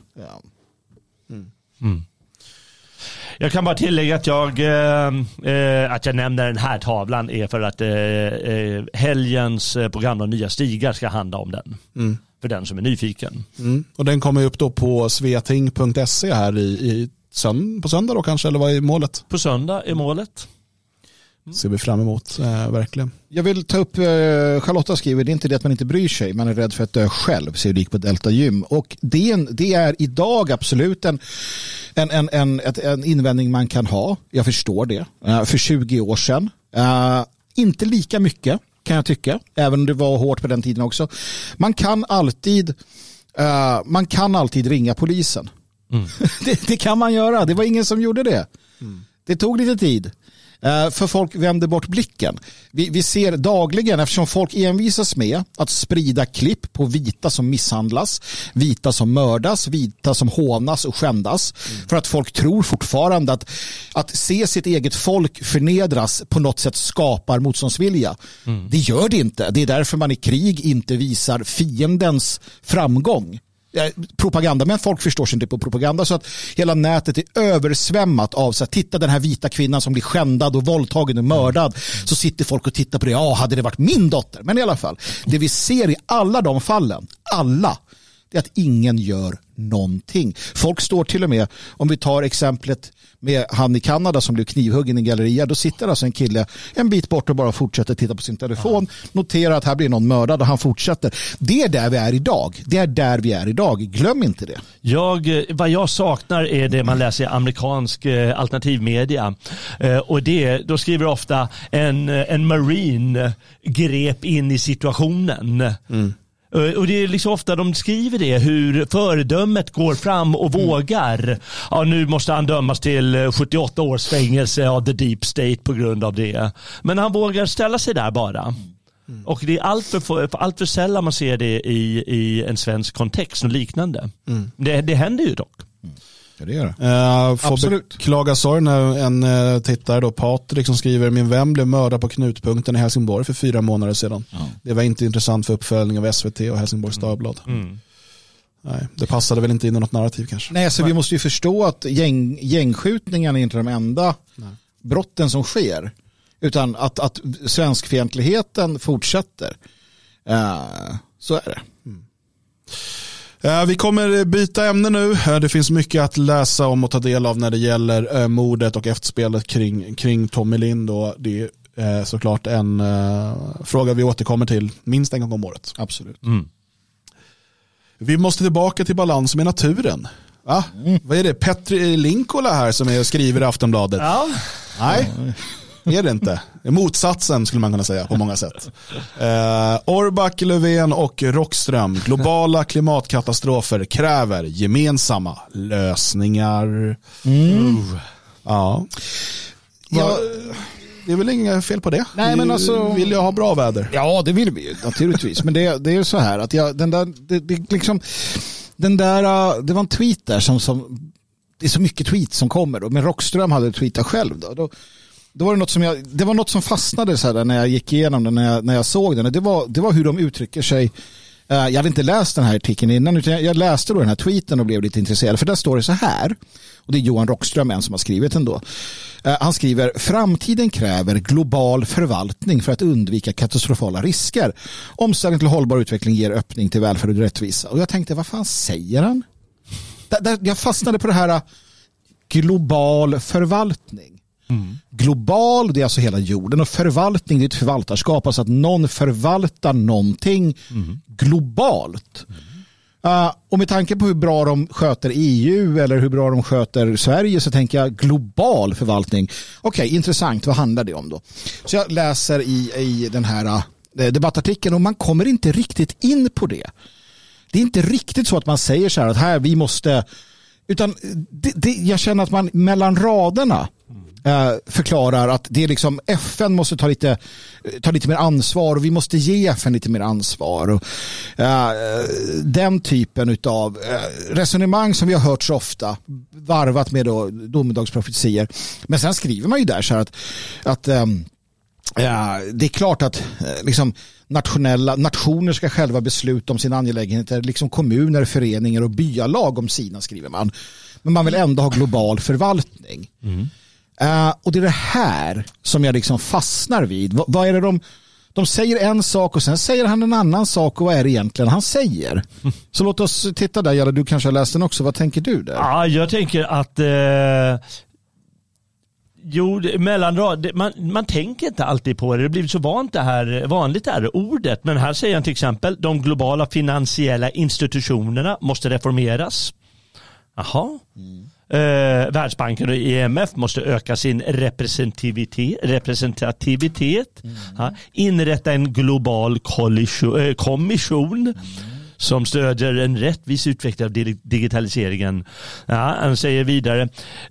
Jag kan bara tillägga att jag nämner den här tavlan är för att helgens program om Nya stigar ska handla om den. För den som är nyfiken. Och den kommer upp då på sveting.se här på söndag då kanske, eller vad är målet? På söndag är målet. Ser vi fram emot, verkligen. Jag vill ta upp, Charlotta skriver, det är inte det att man inte bryr sig, man är rädd för att dö själv, ser det på Delta Gym. Och det är idag absolut en invändning man kan ha. Jag förstår det. För 20 år sedan. Inte lika mycket kan jag tycka, även om det var hårt på den tiden också. Man kan alltid ringa polisen. Det kan man göra. Det var ingen som gjorde det. Det tog lite tid. För folk vände bort blicken. Vi ser dagligen, eftersom folk envisas med att sprida klipp på vita som misshandlas, vita som mördas, vita som hånas och skändas. För att folk tror fortfarande att se sitt eget folk förnedras på något sätt skapar motståndsvilja. Det gör det inte. Det är därför man i krig inte visar fiendens framgång. Propaganda, men folk förstår sig inte på propaganda, så att hela nätet är översvämmat av så att titta den här vita kvinnan som blir skändad och våldtagen och mördad, så sitter folk och tittar på det, hade det varit min dotter, men i alla fall, det vi ser i alla de fallen, det är att ingen gör någonting. Folk står till och med, om vi tar exemplet med han i Kanada som blev knivhuggen i en galleria, då sitter alltså en kille en bit bort och bara fortsätter titta på sin telefon, noterar att här blir någon mördad och han fortsätter. Det är där vi är idag. Glöm inte det. Vad jag saknar är det man läser i amerikansk alternativmedia. Och då skriver ofta en marine grep in i situationen. Och det är liksom ofta de skriver det, hur föredömet går fram och vågar. Ja, nu måste han dömas till 78 års fängelse av the deep state på grund av det. Men han vågar ställa sig där bara. Och det är allt för sällan man ser det i en svensk kontext och liknande. Det händer ju dock. Ja, det gör det. Får beklaga sorg när en tittare då, Patrik, som skriver: min vän blev mördad på knutpunkten i Helsingborg för 4 månader sedan. Det var inte intressant för uppföljning av SVT och Helsingborgs Dagblad. Nej, det passade väl inte in i något narrativ kanske. Nej, så vi måste ju förstå att gängskjutningarna är inte de enda brotten som sker, utan att svenskfientligheten fortsätter. Så är det. Vi kommer byta ämne nu. Det finns mycket att läsa om och ta del av när det gäller mordet och efterspelet kring Tommy Lind. Och det är såklart en fråga vi återkommer till minst en gång om året. Absolut. Vi måste tillbaka till balans med naturen. Vad är det? Petri Linkola här som skriver i Aftonbladet? Ja. Nej. Är det inte? Motsatsen skulle man kunna säga på många sätt. Orbach, Löfven och Rockström. Globala klimatkatastrofer kräver gemensamma lösningar. Ja. Det är väl inga fel på det. Nej, men alltså, vill jag ha bra väder? Ja, det vill vi ju naturligtvis. Men det är så här att det var en tweet där som det är så mycket tweets som kommer då, men Rockström hade tweetat själv då var det något som fastnade så här när jag gick igenom den, när jag såg den. Det var hur de uttrycker sig. Jag hade inte läst den här artikeln innan, utan jag läste då den här tweeten och blev lite intresserad. För där står det så här, och det är Johan Rockström som har skrivit den då. Han skriver: framtiden kräver global förvaltning för att undvika katastrofala risker. Omställning till hållbar utveckling ger öppning till välfärd och rättvisa. Och jag tänkte, vad fan säger han? Jag fastnade på det här global förvaltning. Global, det är alltså hela jorden, och förvaltning, det är ett förvaltarskap, alltså att någon förvaltar någonting globalt. Och med tanke på hur bra de sköter EU eller hur bra de sköter Sverige så tänker jag global förvaltning. Okej, intressant. Vad handlar det om då? Så jag läser i den här debattartikeln och man kommer inte riktigt in på det. Det är inte riktigt så att man säger så här att här vi måste, utan jag känner att man mellan raderna förklarar att det är liksom FN måste ta lite mer ansvar och vi måste ge FN lite mer ansvar och den typen av resonemang som vi har hört så ofta varvat med då domedagsprofetier. Men sen skriver man ju där så här att det är klart att liksom nationer ska själva besluta om sina angelägenheter, liksom kommuner, föreningar och byalag om sina, skriver man. Men man vill ändå ha global förvaltning. Och det är det här som jag liksom fastnar vid. Vad är det de säger en sak och sen säger han en annan sak och vad är det egentligen han säger? Så låt oss titta där. Jalla, du kanske har läst den också. Vad tänker du där? Ja, jag tänker att mellanrad, man tänker inte alltid på det. Det blir så vanligt det här ordet. Men här säger han till exempel de globala finansiella institutionerna måste reformeras. Jaha. Världsbanken och IMF måste öka sin representativitet. Inrätta en global kommission som stödjer en rättvis utveckling av digitaliseringen. Han säger vidare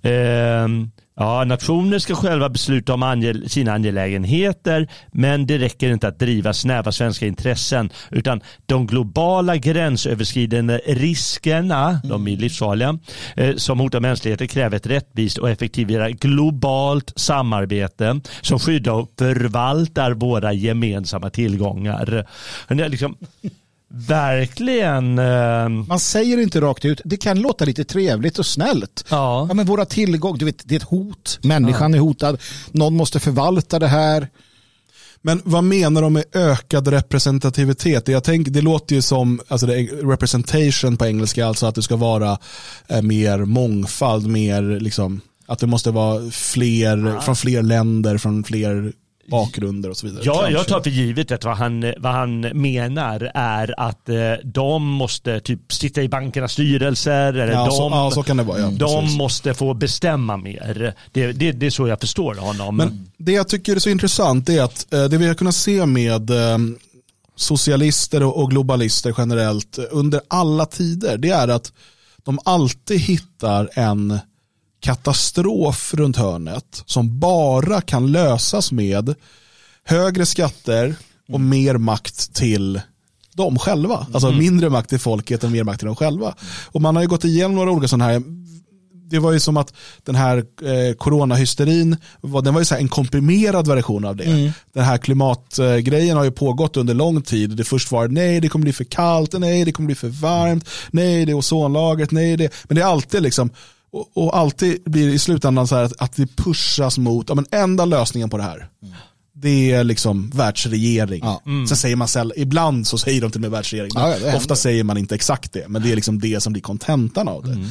nationer ska själva besluta om sina angelägenheter, men det räcker inte att driva snäva svenska intressen, utan de globala gränsöverskridande riskerna, de är livsfarliga, som hotar mänskligheten kräver ett rättvist och effektivare globalt samarbete som skyddar och förvaltar våra gemensamma tillgångar. Det är liksom verkligen. Man säger inte rakt ut. Det kan låta lite trevligt och snällt. Ja, men våra tillgångar, du vet, det är ett hot. Människan är hotad. Någon måste förvalta det här. Men vad menar de med ökad representativitet? Det låter ju som, alltså representation på engelska, alltså att det ska vara mer mångfald, mer liksom, att det måste vara fler från fler länder, från fler bakgrunder och så vidare. Ja, jag tar för givet att vad han menar är att de måste typ sitta i bankernas styrelser eller så kan det vara, de måste få bestämma mer. Det är så jag förstår honom. Men det jag tycker är så intressant är att det vi har kunnat se med socialister och globalister generellt under alla tider, det är att de alltid hittar en katastrof runt hörnet som bara kan lösas med högre skatter och mer makt till dem själva. Alltså mindre makt till folket och mer makt till dem själva. Och man har ju gått igenom några olika sådana här. Det var ju som att den här coronahysterin, den var ju så här en komprimerad version av det. Den här klimatgrejen har ju pågått under lång tid. Det först var nej, det kommer bli för kallt, nej, det kommer bli för varmt, nej, det är ozonlagret, nej, det. Men det är alltid liksom. Och alltid blir det i slutändan så här att det pushas mot enda lösningen på det här. Det är liksom världsregering. Sen säger man ibland så säger de till och med världsregering. Ofta säger man inte exakt det, men det är liksom det som blir kontentan av det.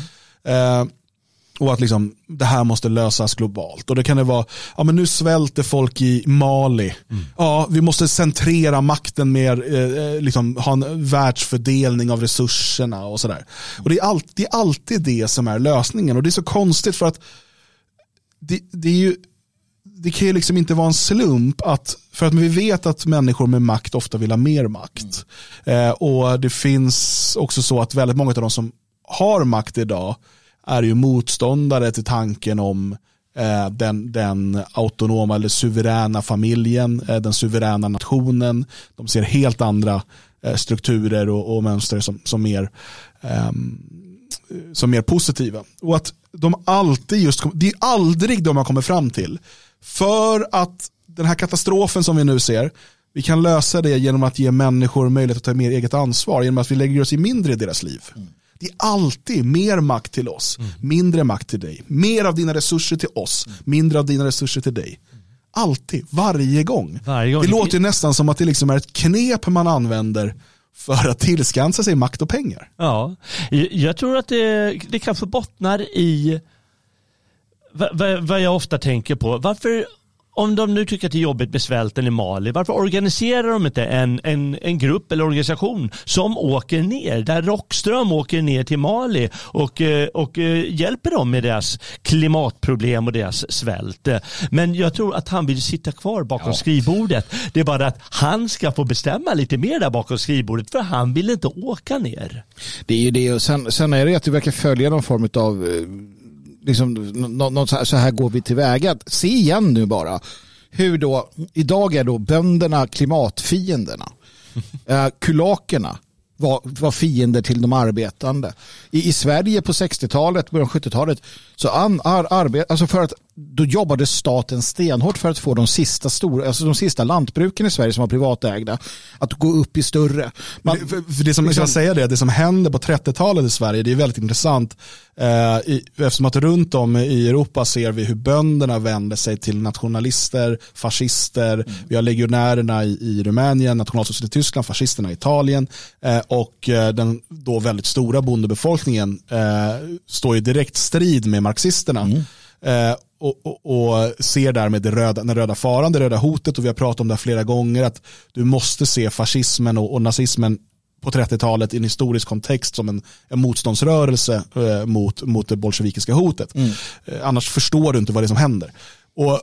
Och att liksom det här måste lösas globalt. Och det kan det vara, men nu svälter folk i Mali. Ja, vi måste centrera makten mer, liksom ha en världsfördelning av resurserna och sådär. Och det är alltid det som är lösningen. Och det är så konstigt för att det kan ju liksom inte vara en slump för att vi vet att människor med makt ofta vill ha mer makt. Och det finns också så att väldigt många av de som har makt idag är ju motståndare till tanken om den autonoma eller suveräna familjen, den suveräna nationen. De ser helt andra strukturer och mönster som mer positiva. Och att de alltid det är aldrig de har kommit fram till. För att den här katastrofen som vi nu ser, vi kan lösa det genom att ge människor möjlighet att ta mer eget ansvar, genom att vi lägger oss i mindre i deras liv. Det är alltid mer makt till oss, mindre makt till dig. Mer av dina resurser till oss, mindre av dina resurser till dig. Alltid, varje gång. Det låter ju nästan som att det liksom är ett knep man använder för att tillskansa sig makt och pengar. Ja, jag tror att det kanske bottnar i vad jag ofta tänker på. Varför om de nu tycker att det är jobbigt med svälten i Mali, varför organiserar de inte en grupp eller organisation som åker ner, där Rockström åker ner till Mali och hjälper dem med deras klimatproblem och deras svält. Men jag tror att han vill sitta kvar bakom skrivbordet. Det är bara att han ska få bestämma lite mer där bakom skrivbordet, för han vill inte åka ner. Det är ju det, och sen är det att du verkar följa någon form av liksom, så här går vi tillväga. Se igen nu bara hur då, idag är då bönderna klimatfienderna. Kulakerna var fiender till de arbetande. I Sverige på 60-talet, början 70-talet, så alltså för att då jobbade staten stenhårt för att få de sista lantbruken i Sverige som var privatägda att gå upp i större. För det som jag säger det som hände på 30-talet i Sverige, det är väldigt intressant. Eftersom att runt om i Europa ser vi hur bönderna vänder sig till nationalister, fascister. Vi har legionärerna i Rumänien, nationalsocialisterna i Tyskland, fascisterna i Italien, och den då väldigt stora bondebefolkningen står i direkt strid med marxisterna. Och ser därmed den röda faran, det röda hotet, och vi har pratat om det flera gånger, att du måste se fascismen och nazismen på 30-talet i en historisk kontext som en motståndsrörelse mot det bolsjevikiska hotet. Annars förstår du inte vad det är som händer. Och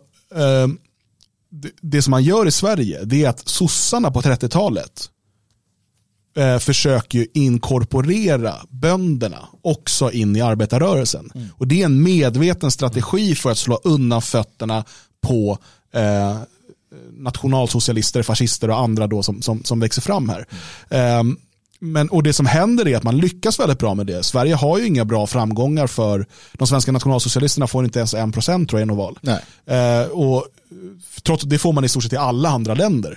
det som man gör i Sverige, det är att sossarna på 30-talet försöker ju inkorporera bönderna också in i arbetarrörelsen. Och det är en medveten strategi för att slå undan fötterna på nationalsocialister, fascister och andra då som växer fram här. Och det som händer är att man lyckas väldigt bra med det. Sverige har ju inga bra framgångar, för de svenska nationalsocialisterna får inte ens 1% tror jag i något val. Och trots det får man i stort sett i alla andra länder.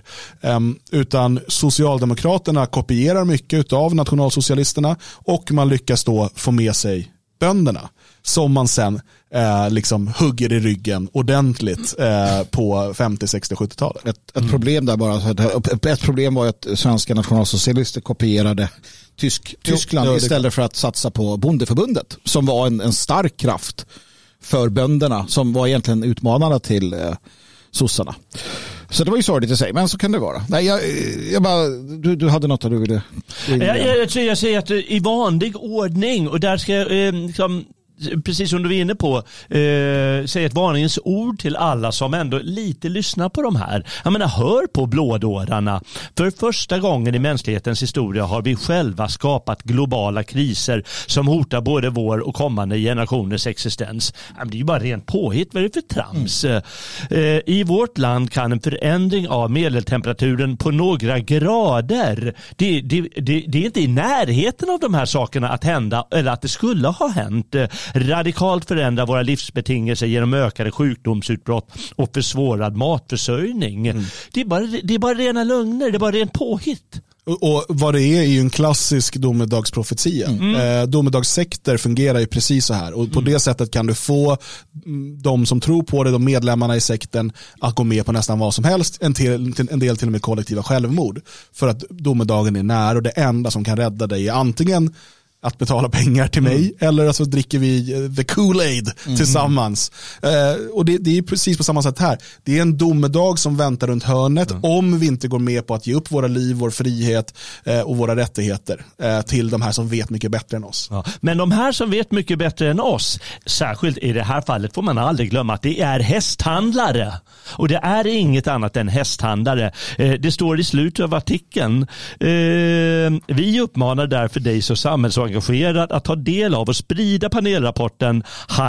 Utan Socialdemokraterna kopierar mycket av nationalsocialisterna, och man lyckas då få med sig bönderna som man sen liksom hugger i ryggen ordentligt på 50, 60, 70-talet. Ett problem där bara, ett problem var att svenska nationalsocialister kopierade Tyskland istället för att satsa på bondeförbundet, som var en stark kraft för bönderna, som var egentligen utmanarna till sossarna. Så det var ju sorgligt att säga, men så kan det vara. Nej, jag bara, du hade något du ville. Jag säger att i vanlig ordning, och där ska jag liksom, precis som du var inne på, säga ett varningens ord till alla som ändå lite lyssnar på de här. Jag menar, hör på blådårarna. För första gången i mänsklighetens historia har vi själva skapat globala kriser som hotar både vår och kommande generationers existens. Det är ju bara rent påhitt. Vad är det för trams? I vårt land kan en förändring av medeltemperaturen på några grader, det är inte i närheten av de här sakerna att hända, eller att det skulle ha hänt, radikalt förändra våra livsbetingelser genom ökade sjukdomsutbrott och försvårad matförsörjning. Det är bara rena lögner, det är bara rent påhitt. Och vad det är ju en klassisk domedagsprofetia. Domedagssekter fungerar ju precis så här. Och på det sättet kan du få de som tror på det, de medlemmarna i sekten, att gå med på nästan vad som helst. En del till och med kollektiva självmord. För att domedagen är nära, och det enda som kan rädda dig är antingen att betala pengar till mig, eller så dricker vi the Kool-Aid tillsammans. Och det är precis på samma sätt här. Det är en domedag som väntar runt hörnet om vi inte går med på att ge upp våra liv, vår frihet och våra rättigheter till de här som vet mycket bättre än oss. Ja. Men de här som vet mycket bättre än oss, särskilt i det här fallet får man aldrig glömma att det är hästhandlare. Och det är inget annat än hästhandlare. Det står i slutet av artikeln. Vi uppmanar därför dig som samhällsorganisation att ta del av och sprida panelrapporten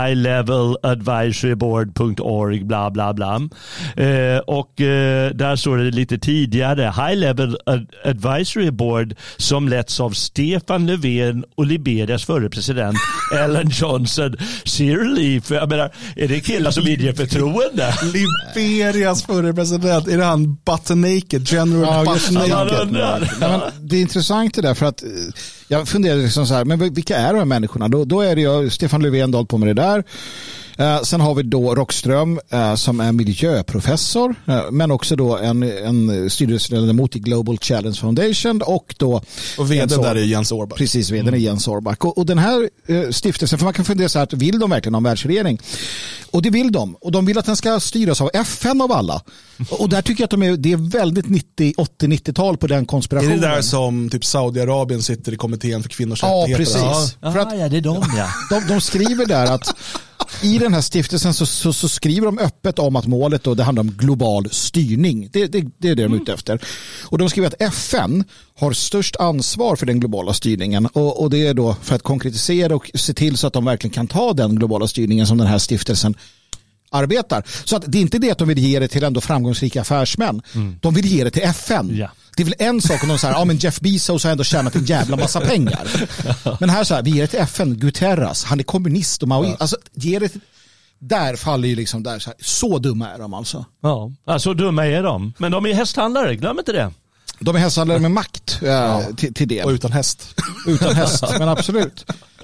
highleveladvisoryboard.org bla bla bla. Och där står det lite tidigare High Level Advisory Board, som letts av Stefan Löfven och Liberias förre president Ellen Johnson Sirleaf. Jag menar, är det killar som inger förtroende? Liberias förre president, är det han butt naked, general butt naked? Men det är intressant det där, för att jag funderar liksom så här, men vilka är de här människorna? Då är det ju Stefan Löfven dolt på med det där. Sen har vi då Rockström som är miljöprofessor, men också då en styrelseledamot i Global Challenge Foundation och vd där är Jens Orback. Precis, vd är Jens Orback. Och den här stiftelsen, för man kan fundera så här, vill de verkligen ha en världsregering? Och det vill de. Och de vill att den ska styras av FN av alla. Och där tycker jag att det är väldigt 80-90-tal på den konspirationen. Är det där som typ Saudiarabien sitter i kommittén för kvinnors rättigheter? Ja, precis. Ja, det är de, ja. De skriver där att i den här stiftelsen så skriver de öppet om att målet då, det handlar om global styrning. Det är det de är ute efter. Och de skriver att FN har störst ansvar för den globala styrningen. Och det är då för att konkretisera och se till så att de verkligen kan ta den globala styrningen som den här stiftelsen arbetar. Så att det är inte det att de vill ge det till ändå framgångsrika affärsmän. De vill ge det till FN. Ja. Det är väl en sak om de säger men Jeff Bezos har ändå tjänat en jävla massa pengar. Men här så här, vi ger det till FN. Guterres, han är kommunist och alltså ger det till, där faller ju liksom där så dumma är de alltså. Ja, så dumma är de. Men de är hästhandlare, glöm inte det. De är hästhandlare med makt till det. Och utan häst. Utan häst, men absolut.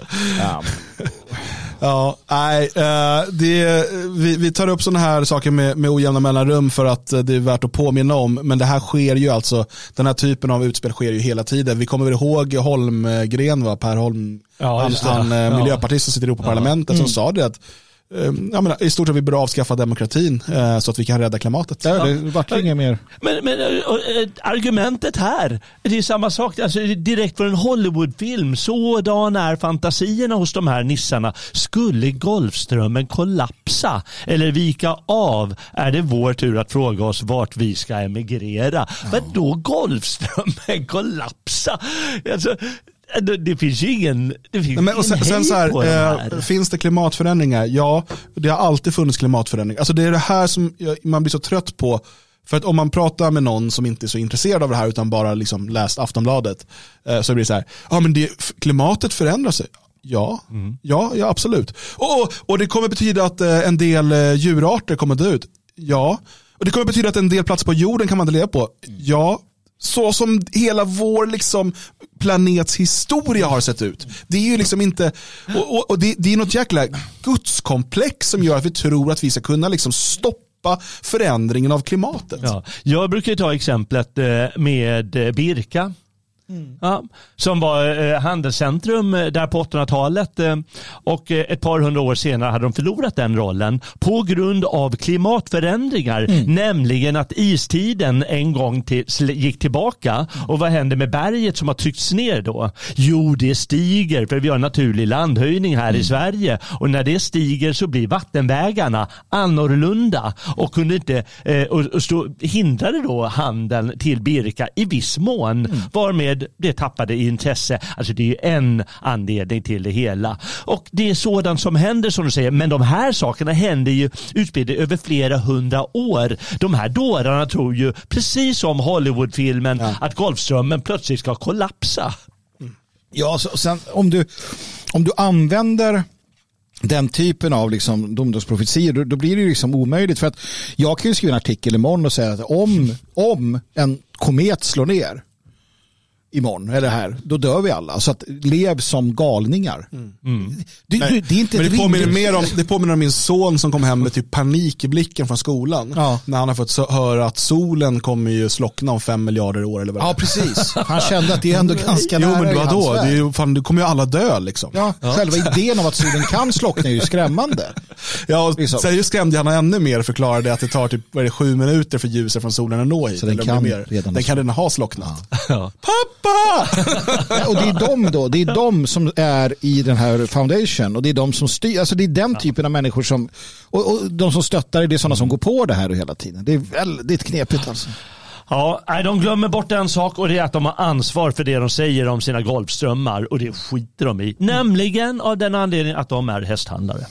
Ja, nej, vi tar upp sådana här saker med ojämna mellanrum för att det är värt att påminna om, men det här sker ju alltså, den här typen av utspel sker ju hela tiden. Vi kommer väl ihåg Holmgren, Per Holm, han miljöpartist som sitter i Europaparlamentet som sa det att i stort sett vi bör avskaffa demokratin så att vi kan rädda klimatet. Det vart inget mer. Men argumentet här, det är samma sak. Alltså, direkt från en Hollywoodfilm, sådan är fantasierna hos de här nissarna. Skulle Golfströmmen kollapsa eller vika av, är det vår tur att fråga oss vart vi ska emigrera. Men då Golfströmmen kollapsa? Alltså, det finns ju ingen sen så här, finns det klimatförändringar? Ja, det har alltid funnits klimatförändringar. Alltså det är det här som man blir så trött på. För att om man pratar med någon som inte är så intresserad av det här utan bara liksom läst Aftonbladet så blir det så här, men klimatet förändrar sig. Ja, absolut. Och det kommer betyda att en del djurarter kommer dö ut. Ja, och det kommer betyda att en del platser på jorden kan man inte leva på. Ja, så som hela vår liksom planets historia har sett ut. Det är ju liksom inte och det är något jäkla gudskomplex som gör att vi tror att vi ska kunna liksom stoppa förändringen av klimatet. Ja, jag brukar ta exemplet med Birka. Ja, som var handelscentrum där på 800-talet och ett par hundra år senare hade de förlorat den rollen på grund av klimatförändringar, nämligen att istiden en gång gick tillbaka. Och vad händer med berget som har tryckts ner då? Jo, det stiger för vi har en naturlig landhöjning här i Sverige, och när det stiger så blir vattenvägarna annorlunda och kunde inte hindrade då handeln till Birka i viss mån, varmed det tappade i intresse. Alltså det är ju en anledning till det hela. Och det är sådant som händer som du säger, men de här sakerna händer ju utspridda över flera hundra år. De här dårarna tror ju, precis som Hollywoodfilmen, att Golfströmmen plötsligt ska kollapsa. Ja, så sen om du använder den typen av liksom domedagsprofetier, då blir det ju liksom omöjligt, för att jag kan ju skriva en artikel imorgon och säga att om en komet slår ner imorgon eller här, då dör vi alla. Så att lev som galningar. Det är inte men det påminner om min son som kom hem med typ panik i blicken från skolan. Ja. När han har fått höra att solen kommer ju slockna om 5 miljarder år eller vad. Ja, precis. Han kände att det är ändå ganska nära. Jo, men vadå? Det är ju, fan, kommer ju alla dö liksom. Ja, själva idén av att solen kan slockna är ju skrämmande. Ja, och sen skrämde han ännu mer och förklarade att det tar typ 7 minuter för ljuset från solen att nå hit. Så den kan redan ha slocknat. Ja. Pappa! Och det är de som är i den här foundation, och det är de som styr, alltså det är den typen av människor som och de som stöttar, det är sådana som går på det här hela tiden. Det är väldigt knepigt alltså. Ja, de glömmer bort en sak, och det är att de har ansvar för det de säger om sina Golfströmmar, och det skiter de i. Nämligen av den anledningen att de är hästhandlare.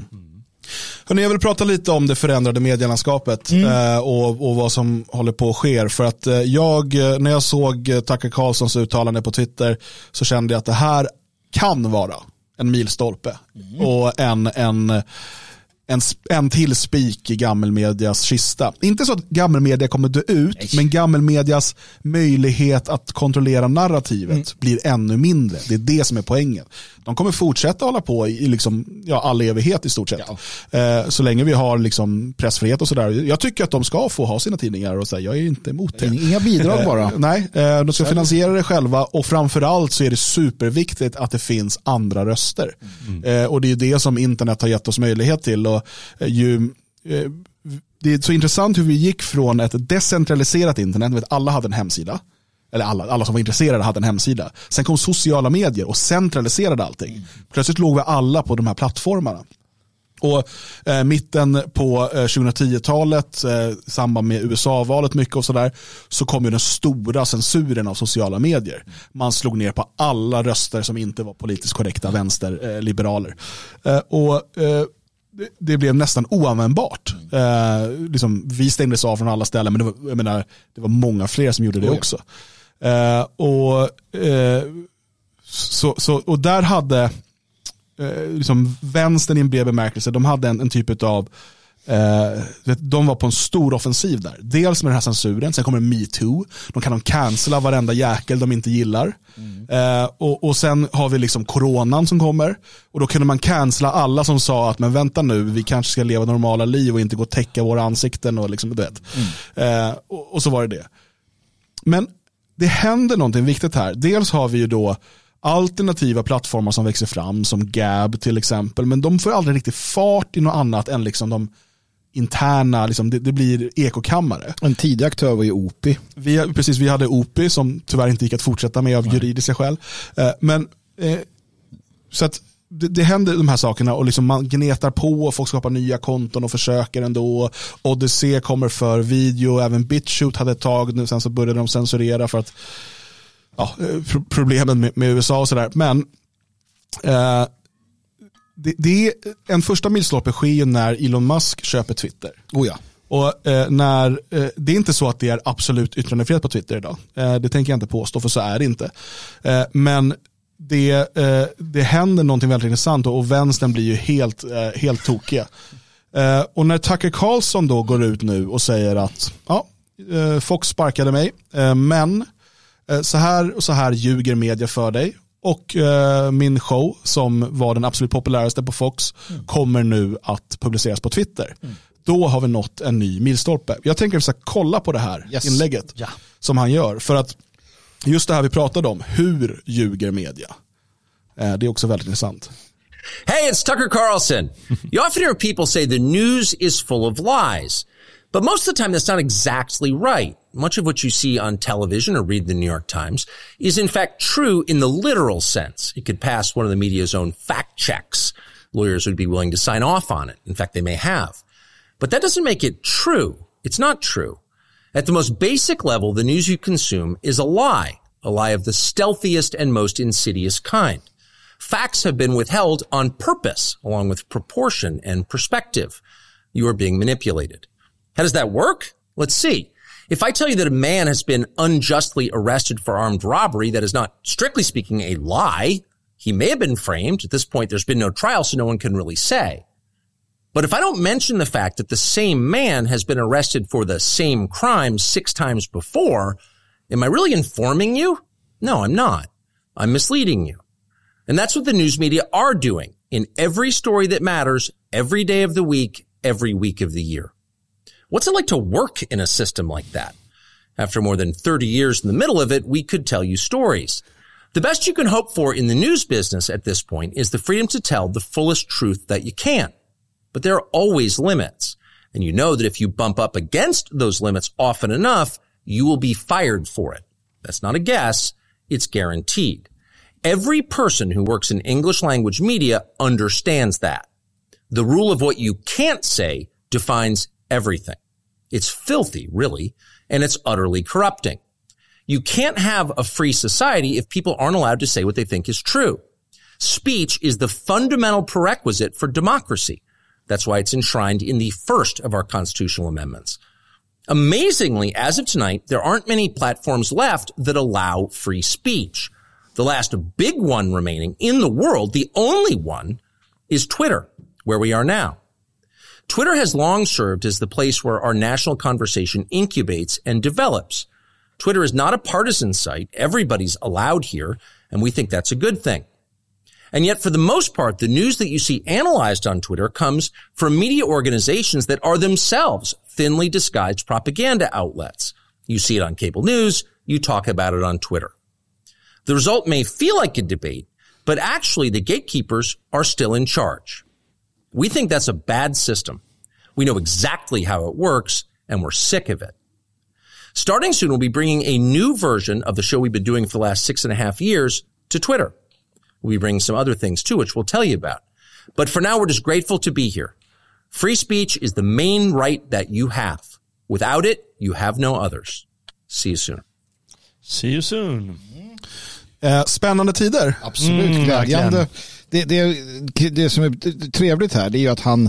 Hörrni, jag vill prata lite om det förändrade medielandskapet och vad som håller på att ske. För att när jag såg Tucker Carlsons uttalande på Twitter så kände jag att det här kan vara en milstolpe och en till spik i gammelmedias kista. Inte så att gammelmedia kommer dö ut, men gammelmedias möjlighet att kontrollera narrativet blir ännu mindre. Det är det som är poängen. De kommer fortsätta hålla på i liksom, all evighet i stort sett. Så länge vi har liksom pressfrihet och sådär. Jag tycker att de ska få ha sina tidningar och säga, jag är inte emot det. Inga bidrag bara. Nej, de ska finansiera det själva, och framförallt så är det superviktigt att det finns andra röster. Och det är det som internet har gett oss möjlighet till. Och det är så intressant hur vi gick från ett decentraliserat internet, alla hade en hemsida, eller alla som var intresserade hade en hemsida. Sen kom sociala medier och centraliserade allting. Plötsligt låg vi alla på de här plattformarna. Och mitten på 2010-talet, i samband med USA-valet mycket och sådär, så kom ju den stora censuren av sociala medier. Man slog ner på alla röster som inte var politiskt korrekta vänsterliberaler. Det blev nästan oanvändbart. Liksom, vi stängdes av från alla ställen, men det var många fler som gjorde det också. Och där hade liksom vänstern i en bred bemärkelse, de hade en typ av de var på en stor offensiv där. Dels med den här censuren, sen kommer MeToo. De kan cancella varenda jäkel de inte gillar. Och sen har vi liksom coronan som kommer. Och då kunde man cancella alla som sa att men vänta nu, vi kanske ska leva normala liv och inte gå och täcka våra ansikten och liksom, du vet. Och så var det. Men det händer någonting viktigt här. Dels har vi ju då alternativa plattformar som växer fram, som Gab till exempel, men de får aldrig riktigt fart i något annat än liksom de interna, liksom det blir ekokammare. En tidig aktör var ju Opi. Vi hade Opi som tyvärr inte gick att fortsätta med av juridiska skäl. Så att det händer de här sakerna, och liksom man gnetar på och folk skapar nya konton och försöker ändå. Odyssey kommer för video, även BitChute hade ett tag nu, sen så började de censurera för att problemen med USA och sådär. Men det är en första milstolpe sker när Elon Musk köper Twitter. Och det är inte så att det är absolut yttrandefrihet på Twitter idag. Det tänker jag inte påstå, för så är det inte. Men det händer någonting väldigt intressant, och vänstern blir ju helt tokiga. Och när Tucker Carlson då går ut nu och säger att Fox sparkade mig, men så här ljuger media för dig, och min show som var den absolut populäraste på Fox kommer nu att publiceras på Twitter. Då har vi nått en ny milstolpe. Jag tänker att vi ska kolla på det här inlägget som han gör, för att just det här vi pratade om, hur ljuger media, det är också väldigt intressant. Hey, it's Tucker Carlson. You often hear people say the news is full of lies. But most of the time, that's not exactly right. Much of what you see on television or read the New York Times is in fact true in the literal sense. It could pass one of the media's own fact checks. Lawyers would be willing to sign off on it. In fact, they may have. But that doesn't make it true. It's not true. At the most basic level, the news you consume is a lie of the stealthiest and most insidious kind. Facts have been withheld on purpose, along with proportion and perspective. You are being manipulated. How does that work? Let's see. If I tell you that a man has been unjustly arrested for armed robbery, that is not, strictly speaking, a lie. He may have been framed. At this point, there's been no trial, so no one can really say. But if I don't mention the fact that the same man has been arrested for the same crime 6 times before, am I really informing you? No, I'm not. I'm misleading you. And that's what the news media are doing in every story that matters, every day of the week, every week of the year. What's it like to work in a system like that? After more than 30 years in the middle of it, we could tell you stories. The best you can hope for in the news business at this point is the freedom to tell the fullest truth that you can. But there are always limits. And you know that if you bump up against those limits often enough, you will be fired for it. That's not a guess. It's guaranteed. Every person who works in English language media understands that. The rule of what you can't say defines everything. It's filthy, really, and it's utterly corrupting. You can't have a free society if people aren't allowed to say what they think is true. Speech is the fundamental prerequisite for democracy. That's why it's enshrined in the first of our constitutional amendments. Amazingly, as of tonight, there aren't many platforms left that allow free speech. The last big one remaining in the world, the only one, is Twitter, where we are now. Twitter has long served as the place where our national conversation incubates and develops. Twitter is not a partisan site. Everybody's allowed here, and we think that's a good thing. And yet, for the most part, the news that you see analyzed on Twitter comes from media organizations that are themselves thinly disguised propaganda outlets. You see it on cable news. You talk about it on Twitter. The result may feel like a debate, but actually the gatekeepers are still in charge. We think that's a bad system. We know exactly how it works, and we're sick of it. Starting soon, we'll be bringing a new version of the show we've been doing for the last 6.5 years to Twitter. We'll be bringing some other things too, which we'll tell you about. But for now, we're just grateful to be here. Free speech is the main right that you have. Without it, you have no others. See you soon. See you soon. Spännande tider. Absolut, glädjande. Det som är trevligt här, det är ju att han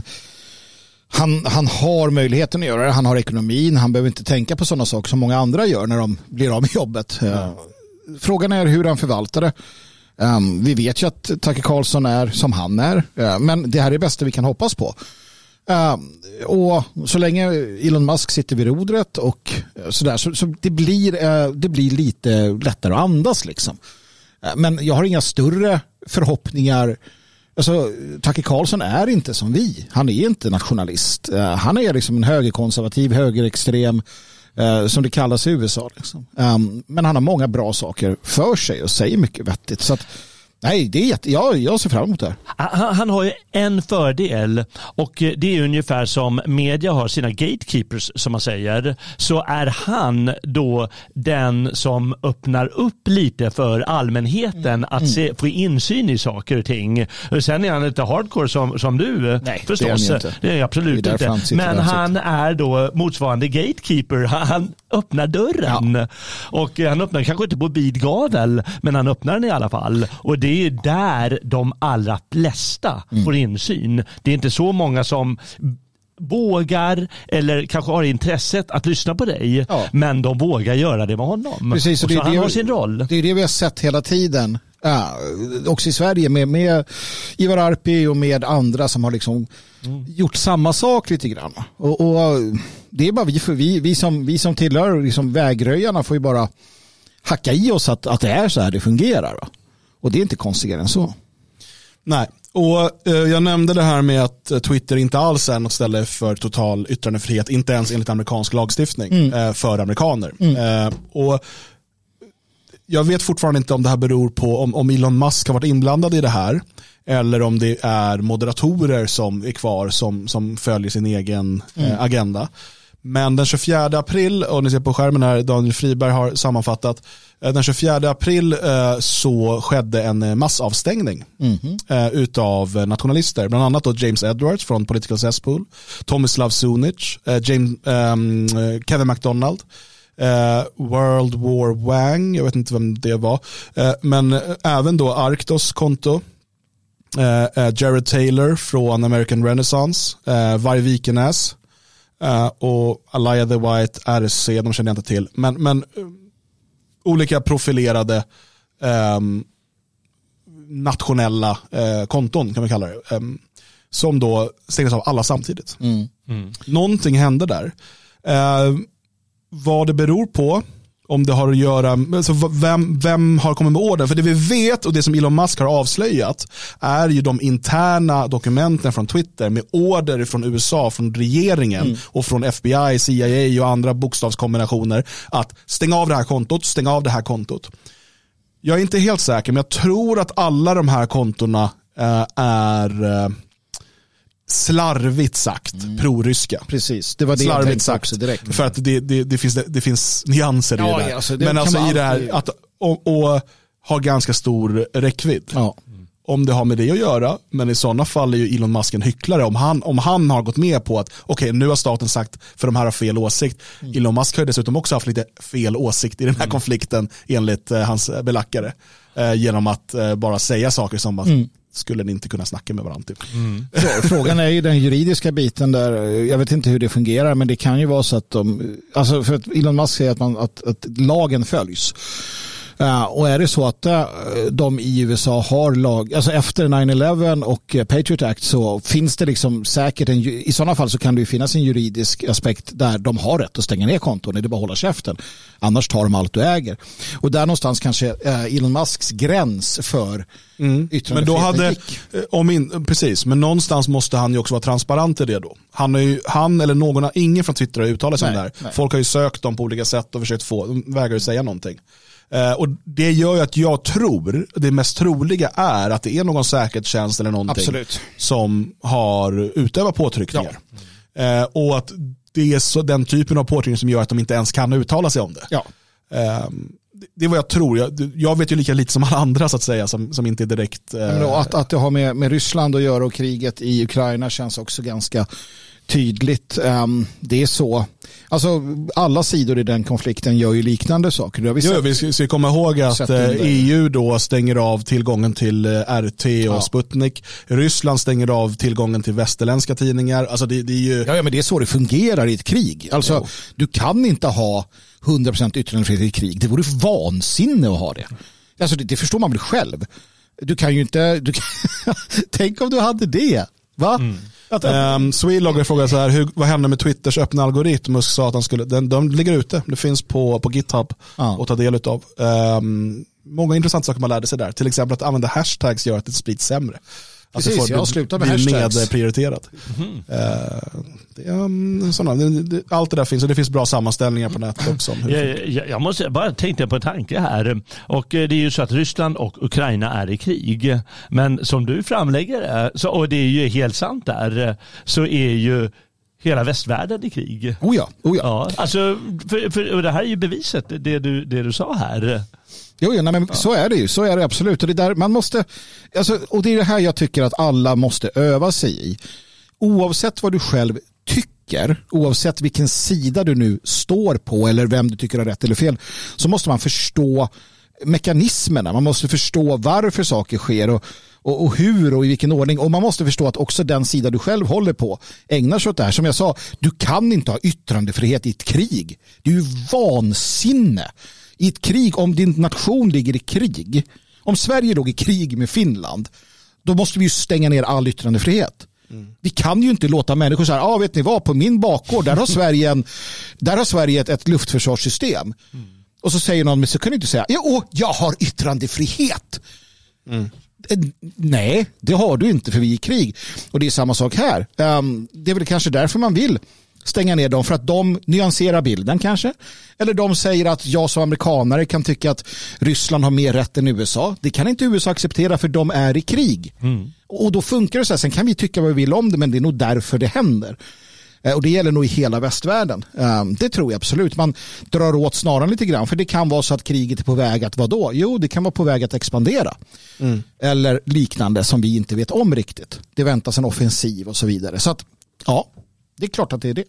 har möjligheten att göra det. Han har ekonomin. Han behöver inte tänka på sådana saker som många andra gör när de blir av med jobbet. Frågan är hur han förvaltar det. Vi vet ju att Tucker Carlson är som han är. Men det här är det bästa vi kan hoppas på. Och så länge Elon Musk sitter vid rodret och sådär, så det blir lite lättare att andas liksom. Men jag har inga större förhoppningar. Alltså, Tucker Carlson är inte som vi. Han är inte nationalist. Han är liksom en högerkonservativ, högerextrem, som det kallas i USA. Liksom. Men han har många bra saker för sig och säger mycket vettigt. Så att, nej, det är jag ser fram emot det. Han har ju en fördel, och det är ungefär som media har sina gatekeepers som man säger, så är han då den som öppnar upp lite för allmänheten att få insyn i saker och ting. Sen är han lite hardcore som du. Nej, förstås. Det är absolut inte. Men han är då motsvarande gatekeeper. Han öppnar dörren. Ja. Och han öppnar kanske inte på vid gavel, men han öppnar den i alla fall. Och det är där de allra flesta får insyn. Det är inte så många som vågar eller kanske har intresset att lyssna på dig, men de vågar göra det med honom. Precis, och så han har sin roll. Det är det vi har sett hela tiden. Också i Sverige med Ivar Arpi och med andra som har liksom gjort samma sak lite grann. Och det är bara vi som tillhör liksom vägröjarna får ju bara hacka i oss att det är så här det fungerar. Va? Och det är inte konstigare än så. Nej, och jag nämnde det här med att Twitter inte alls är något ställe för total yttrandefrihet, inte ens enligt amerikansk lagstiftning för amerikaner. Och jag vet fortfarande inte om det här beror på om Elon Musk har varit inblandad i det här, eller om det är moderatorer som är kvar som följer sin egen agenda. Men den 24 april, och ni ser på skärmen här, Daniel Friberg har sammanfattat, den 24 april så skedde en massavstängning utav nationalister. Bland annat då James Edwards från Political Cesspool, Tomislav Sunic, Kevin McDonald, World War Wang, jag vet inte vem det var, men även då Arktos konto, Jared Taylor från American Renaissance, Varg Vikenäs, och Alaya the White, RC, de känner jag inte till, men olika profilerade nationella konton kan vi kalla det, som då stängdes av alla samtidigt. Någonting hände där. Vad det beror på, om det har att göra, alltså vem har kommit med order? För det vi vet och det som Elon Musk har avslöjat är ju de interna dokumenten från Twitter med order från USA, från regeringen och från FBI, CIA och andra bokstavskombinationer att stänga av det här kontot, stänga av det här kontot. Jag är inte helt säker, men jag tror att alla de här kontona är slarvigt sagt pro-ryska. Precis, det var det slarvigt jag tänkte sagt också direkt. För att det finns nyanser i det där. Alltså, men alltså i det här att och ha ganska stor räckvidd. Ja. Om det har med det att göra, men i sådana fall är ju Elon Musk en hycklare. Om han har gått med på att okej, nu har staten sagt för de här har fel åsikt. Elon Musk har dessutom också haft lite fel åsikt i den här konflikten enligt hans belackare. Genom att bara säga saker som att skulle ni inte kunna snacka med varandra. Frågan är ju den juridiska biten där. Jag vet inte hur det fungerar, men det kan ju vara så att alltså för att Elon Musk säger att lagen följs. Och är det så att de i USA har lag, alltså efter 9/11 och Patriot Act, så finns det liksom säkert i sådana fall så kan det ju finnas en juridisk aspekt där de har rätt att stänga ner konton, det är bara hålla käften. Annars tar de allt du äger. Och där någonstans kanske Elon Musks gräns för yttrandefrihet. Men då hade, precis, men någonstans måste han ju också vara transparent i det då. Han eller ingen från Twitter har uttalat sig om det här. Nej. Folk har ju sökt dem på olika sätt och försökt vägrar säga någonting. Och det gör ju att jag tror, det mest troliga är att det är någon säkerhetstjänst eller någonting Absolut. Som har utövat påtryckningar. Ja. Och att det är så den typen av påtryckningar som gör att de inte ens kan uttala sig om det. Ja. Det är vad jag tror. Jag vet ju lika lite som alla andra så att säga som inte är direkt... Att det har med Ryssland att göra och kriget i Ukraina känns också ganska tydligt. Det är så. Alltså alla sidor i den konflikten gör ju liknande saker. Vi ska komma ihåg att EU då stänger av tillgången till RT och Sputnik. Ryssland stänger av tillgången till västerländska tidningar. Alltså det är ju... Ja, men det är så det fungerar i ett krig. Alltså du kan inte ha 100% yttrandefrihet i ett krig. Det vore vansinne att ha det. Alltså det förstår man väl själv. Du kan ju inte... Tänk om du hade det. Va? Swedlogger frågar så här, vad hände med Twitters öppna algoritm? Musk sa att de ligger ute. Det finns på GitHub att ta del av. Många intressanta saker man lärde sig där. Till exempel att använda hashtags gör att det sprids sämre. Precis, jag slutar med hashtags. Nedprioriterat. Allt det där finns och det finns bra sammanställningar på nätet också. Jag måste bara tänka på en tanke här. Och det är ju så att Ryssland och Ukraina är i krig. Men som du framlägger och det är ju helt sant där, så är ju hela västvärlden i krig. Oh ja. Ja, alltså, för det här är ju beviset, det du sa här. Jo, men så är det ju. Så är det absolut. Och det där man måste, alltså, och det är det här jag tycker att alla måste öva sig i. Oavsett vad du själv tycker, oavsett vilken sida du nu står på eller vem du tycker har rätt eller fel, så måste man förstå mekanismerna. Man måste förstå varför saker sker och hur och i vilken ordning. Och man måste förstå att också den sida du själv håller på ägnar sig åt det här. Som jag sa, du kan inte ha yttrandefrihet i ett krig. Det är ju vansinne. I ett krig, om din nation ligger i krig, om Sverige låg i krig med Finland, då måste vi ju stänga ner all yttrandefrihet. Vi kan ju inte låta människor säga, vet ni vad, på min bakgård, där har Sverige ett luftförsvarssystem. Och så säger någon, men så kan du inte säga, jag har yttrandefrihet. Nej, det har du inte, för vi är i krig. Och det är samma sak här. Det är väl kanske därför man vill stänga ner dem, för att de nyanserar bilden kanske. Eller de säger att jag som amerikanare kan tycka att Ryssland har mer rätt än USA. Det kan inte USA acceptera, för de är i krig. Och då funkar det så här. Sen kan vi tycka vad vi vill om det, men det är nog därför det händer. Och det gäller nog i hela västvärlden. Det tror jag absolut. Man drar åt snaran lite grann, för det kan vara så att kriget är på väg att vadå? Jo, det kan vara på väg att expandera. Eller liknande som vi inte vet om riktigt. Det väntas en offensiv och så vidare. Så att, ja, det är klart att det är det.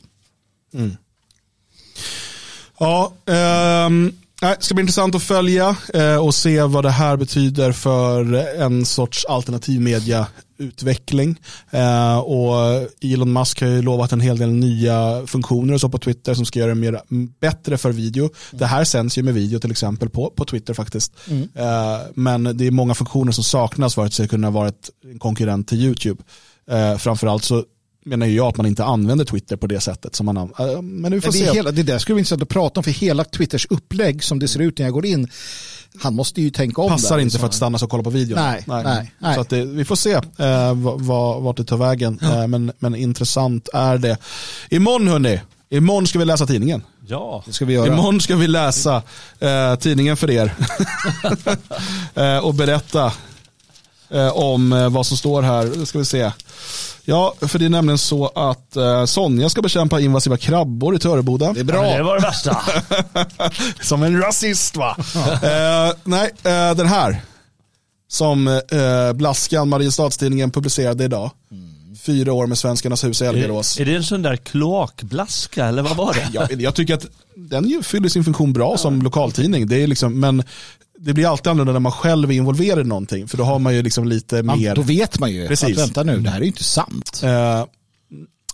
Ja, det ska bli intressant att följa och se vad det här betyder för en sorts alternativ mediautveckling. Och Elon Musk har ju lovat en hel del nya funktioner och så på Twitter som ska göra det bättre för video. Det här sänds ju med video till exempel på Twitter faktiskt. Men det är många funktioner som saknas för att det ska kunna vara en konkurrent till YouTube. Framförallt så menar jag att man inte använder Twitter på det sättet som man men vi får se. Det där skulle vi inte sätta att prata om, för hela Twitters upplägg som det ser ut när jag går in, han måste ju tänka om. Passar där, inte för att stanna och kolla på videon. Nej. Så att vi får se vart det tar vägen. Men intressant är det. Imorgon ska vi läsa tidningen. Ja, det ska vi göra. Imorgon ska vi läsa tidningen för er och berätta om vad som står här. Det ska vi se. Ja, för det är nämligen så att Sonja ska bekämpa invasiva krabbor i Töreboda. Det är bra. Ja, det var det värsta. Som en rasist, va? Den här som Blaskan, Mariestadstidningen, publicerade idag. 4 år med Svenskarnas hus i Elgarås. Är det en sån där kloakblaska eller vad var det? Jag tycker att den fyller sin funktion bra som lokaltidning. Det är liksom, men det blir alltid annorlunda när man själv är involverad i någonting, för då har man ju liksom lite mer... Då vet man ju precis. Att vänta nu, det här är ju inte sant.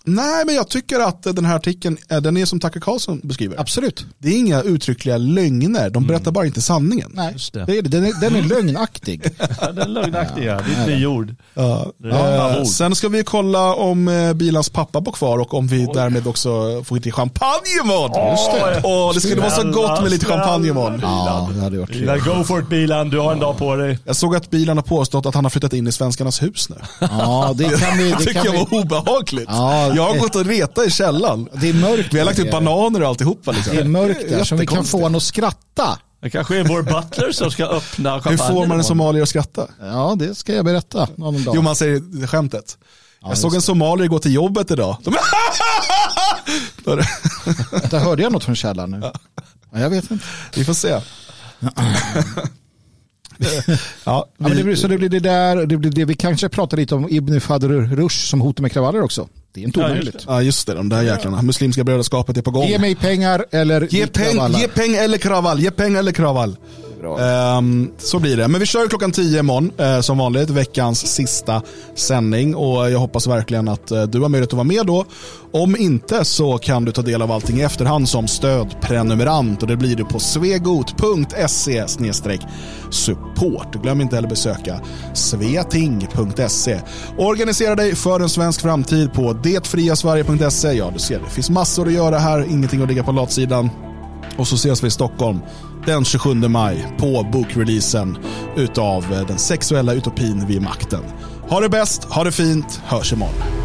Nej, men jag tycker att den här artikeln, den är som Tucker Carlson beskriver. Absolut. Det är inga uttryckliga lögner. De berättar bara inte sanningen. Nej, den är lögnaktig. Ja, den är lögnaktig, ja. Det är ett nyord. Sen ska vi kolla om Bilans pappa bor kvar och om vi därmed också får lite champagne imorgon. Just det. Och det skulle vara så gott med lite champagne imorgon. Ja, det hade varit trevligt. Go for it, Bilan. Du har en dag på dig. Jag såg att Bilan har påstått att han har flyttat in i Svenskarnas hus nu. Ja, det kan vi. Det tycker jag var obehagligt. Ja, jag har gått och retat i källan. Det är mörkt. Vi har lagt ut bananer och alltihopa. Liksom. Det är mörkt där som vi kan få honom att skratta. Det kanske är vår butler som ska öppna champagne. Hur får man en somalier att skratta? Ja, det ska jag berätta någon dag. Jo, man säger skämtet. Jag såg en somalier gå till jobbet idag. Där hörde jag något från källan nu. Ja, jag vet inte. Vi får se. Men det blir det där. Det blir det. Vi kanske pratar lite om Ibn Fadr Rush som hotar med kravaller också. Det är inte omöjligt. Ja, just det. De där jäklarna. Muslimska brödraskapet är på gång. Ge mig pengar eller ge peng eller kravall. Ge peng eller kravall. Så blir det. Men vi kör 10:00 imorgon som vanligt, veckans sista sändning, och jag hoppas verkligen att du har möjlighet att vara med då. Om inte så kan du ta del av allting i efterhand som stödprenumerant, och det blir du på svegot.se/support. Glöm inte heller besöka sveating.se. Organisera dig för en svensk framtid på detfriasverige.se. Ja, du ser, det finns massor att göra här, ingenting att ligga på latsidan. Och så ses vi i Stockholm den 27 maj på bokreleasen utav Den sexuella utopin vid makten. Ha det bäst, ha det fint, hörs imorgon.